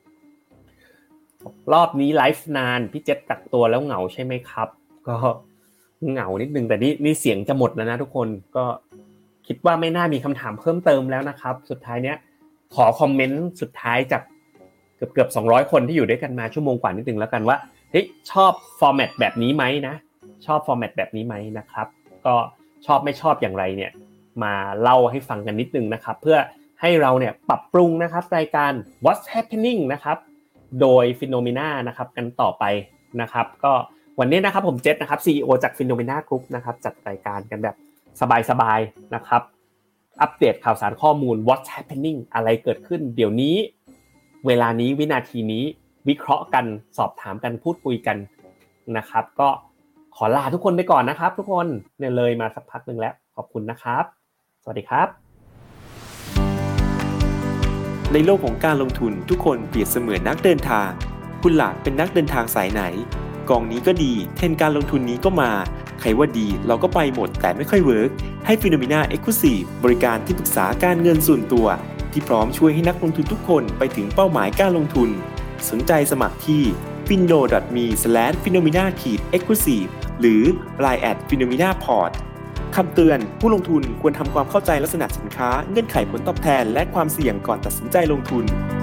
รอบนี้ไลฟ์นานพี่เจษกักตัวแล้วเหงาใช่ไหมครับก็เหงานิดนึงแต่นี่เสียงจะหมดแล้วนะทุกคนก็คิดว่าไม่น่ามีคำถามเพิ่มเติมแล้วนะครับสุดท้ายเนี้ยขอคอมเมนต์สุดท้ายจากเกือบ200คนที่อยู่ด้วยกันมาชั่วโมงกว่านิดนึงแล้วกันว่าเฮ้ยชอบฟอร์แมตแบบนี้ไหมนะชอบฟอร์แมตแบบนี้ไหมนะครับก็ชอบไม่ชอบอย่างไรเนี่ยมาเล่าให้ฟังกันนิดนึงนะครับเพื่อให้เราเนี่ยปรับปรุงนะครับรายการ What's Happening นะครับโดย Phenomena นะครับกันต่อไปนะครับก็วันนี้นะครับผมเจษนะครับ CEO จาก Phenomena Group นะครับจัดรายการกันแบบสบายๆนะครับอัปเดตข่าวสารข้อมูล What's happening อะไรเกิดขึ้นเดี๋ยวนี้เวลานี้วินาทีนี้วิเคราะห์กันสอบถามกันพูดคุยกันนะครับก็ขอลาทุกคนไปก่อนนะครับทุกคนเนี่ยเลยมาสักพักนึงแล้วขอบคุณนะครับสวัสดีครับในโลกของการลงทุนทุกคนเปรียบเสมือนนักเดินทางคุณล่ะเป็นนักเดินทางสายไหนกองนี้ก็ดีเทรนด์การลงทุนนี้ก็มาใครว่าดีเราก็ไปหมดแต่ไม่ค่อยเวิร์กให้ Phenomena Exclusive บริการที่ปรึกษาการเงินส่วนตัวที่พร้อมช่วยให้นักลงทุนทุกคนไปถึงเป้าหมายการลงทุนสนใจสมัครที่ findo.me/phenomena-exclusive หรือ line @phenomena-port คำเตือนผู้ลงทุนควรทำความเข้าใจลักษณะสินค้าเงื่อนไขผลตอบแทนและความเสี่ยงก่อนตัดสินใจลงทุน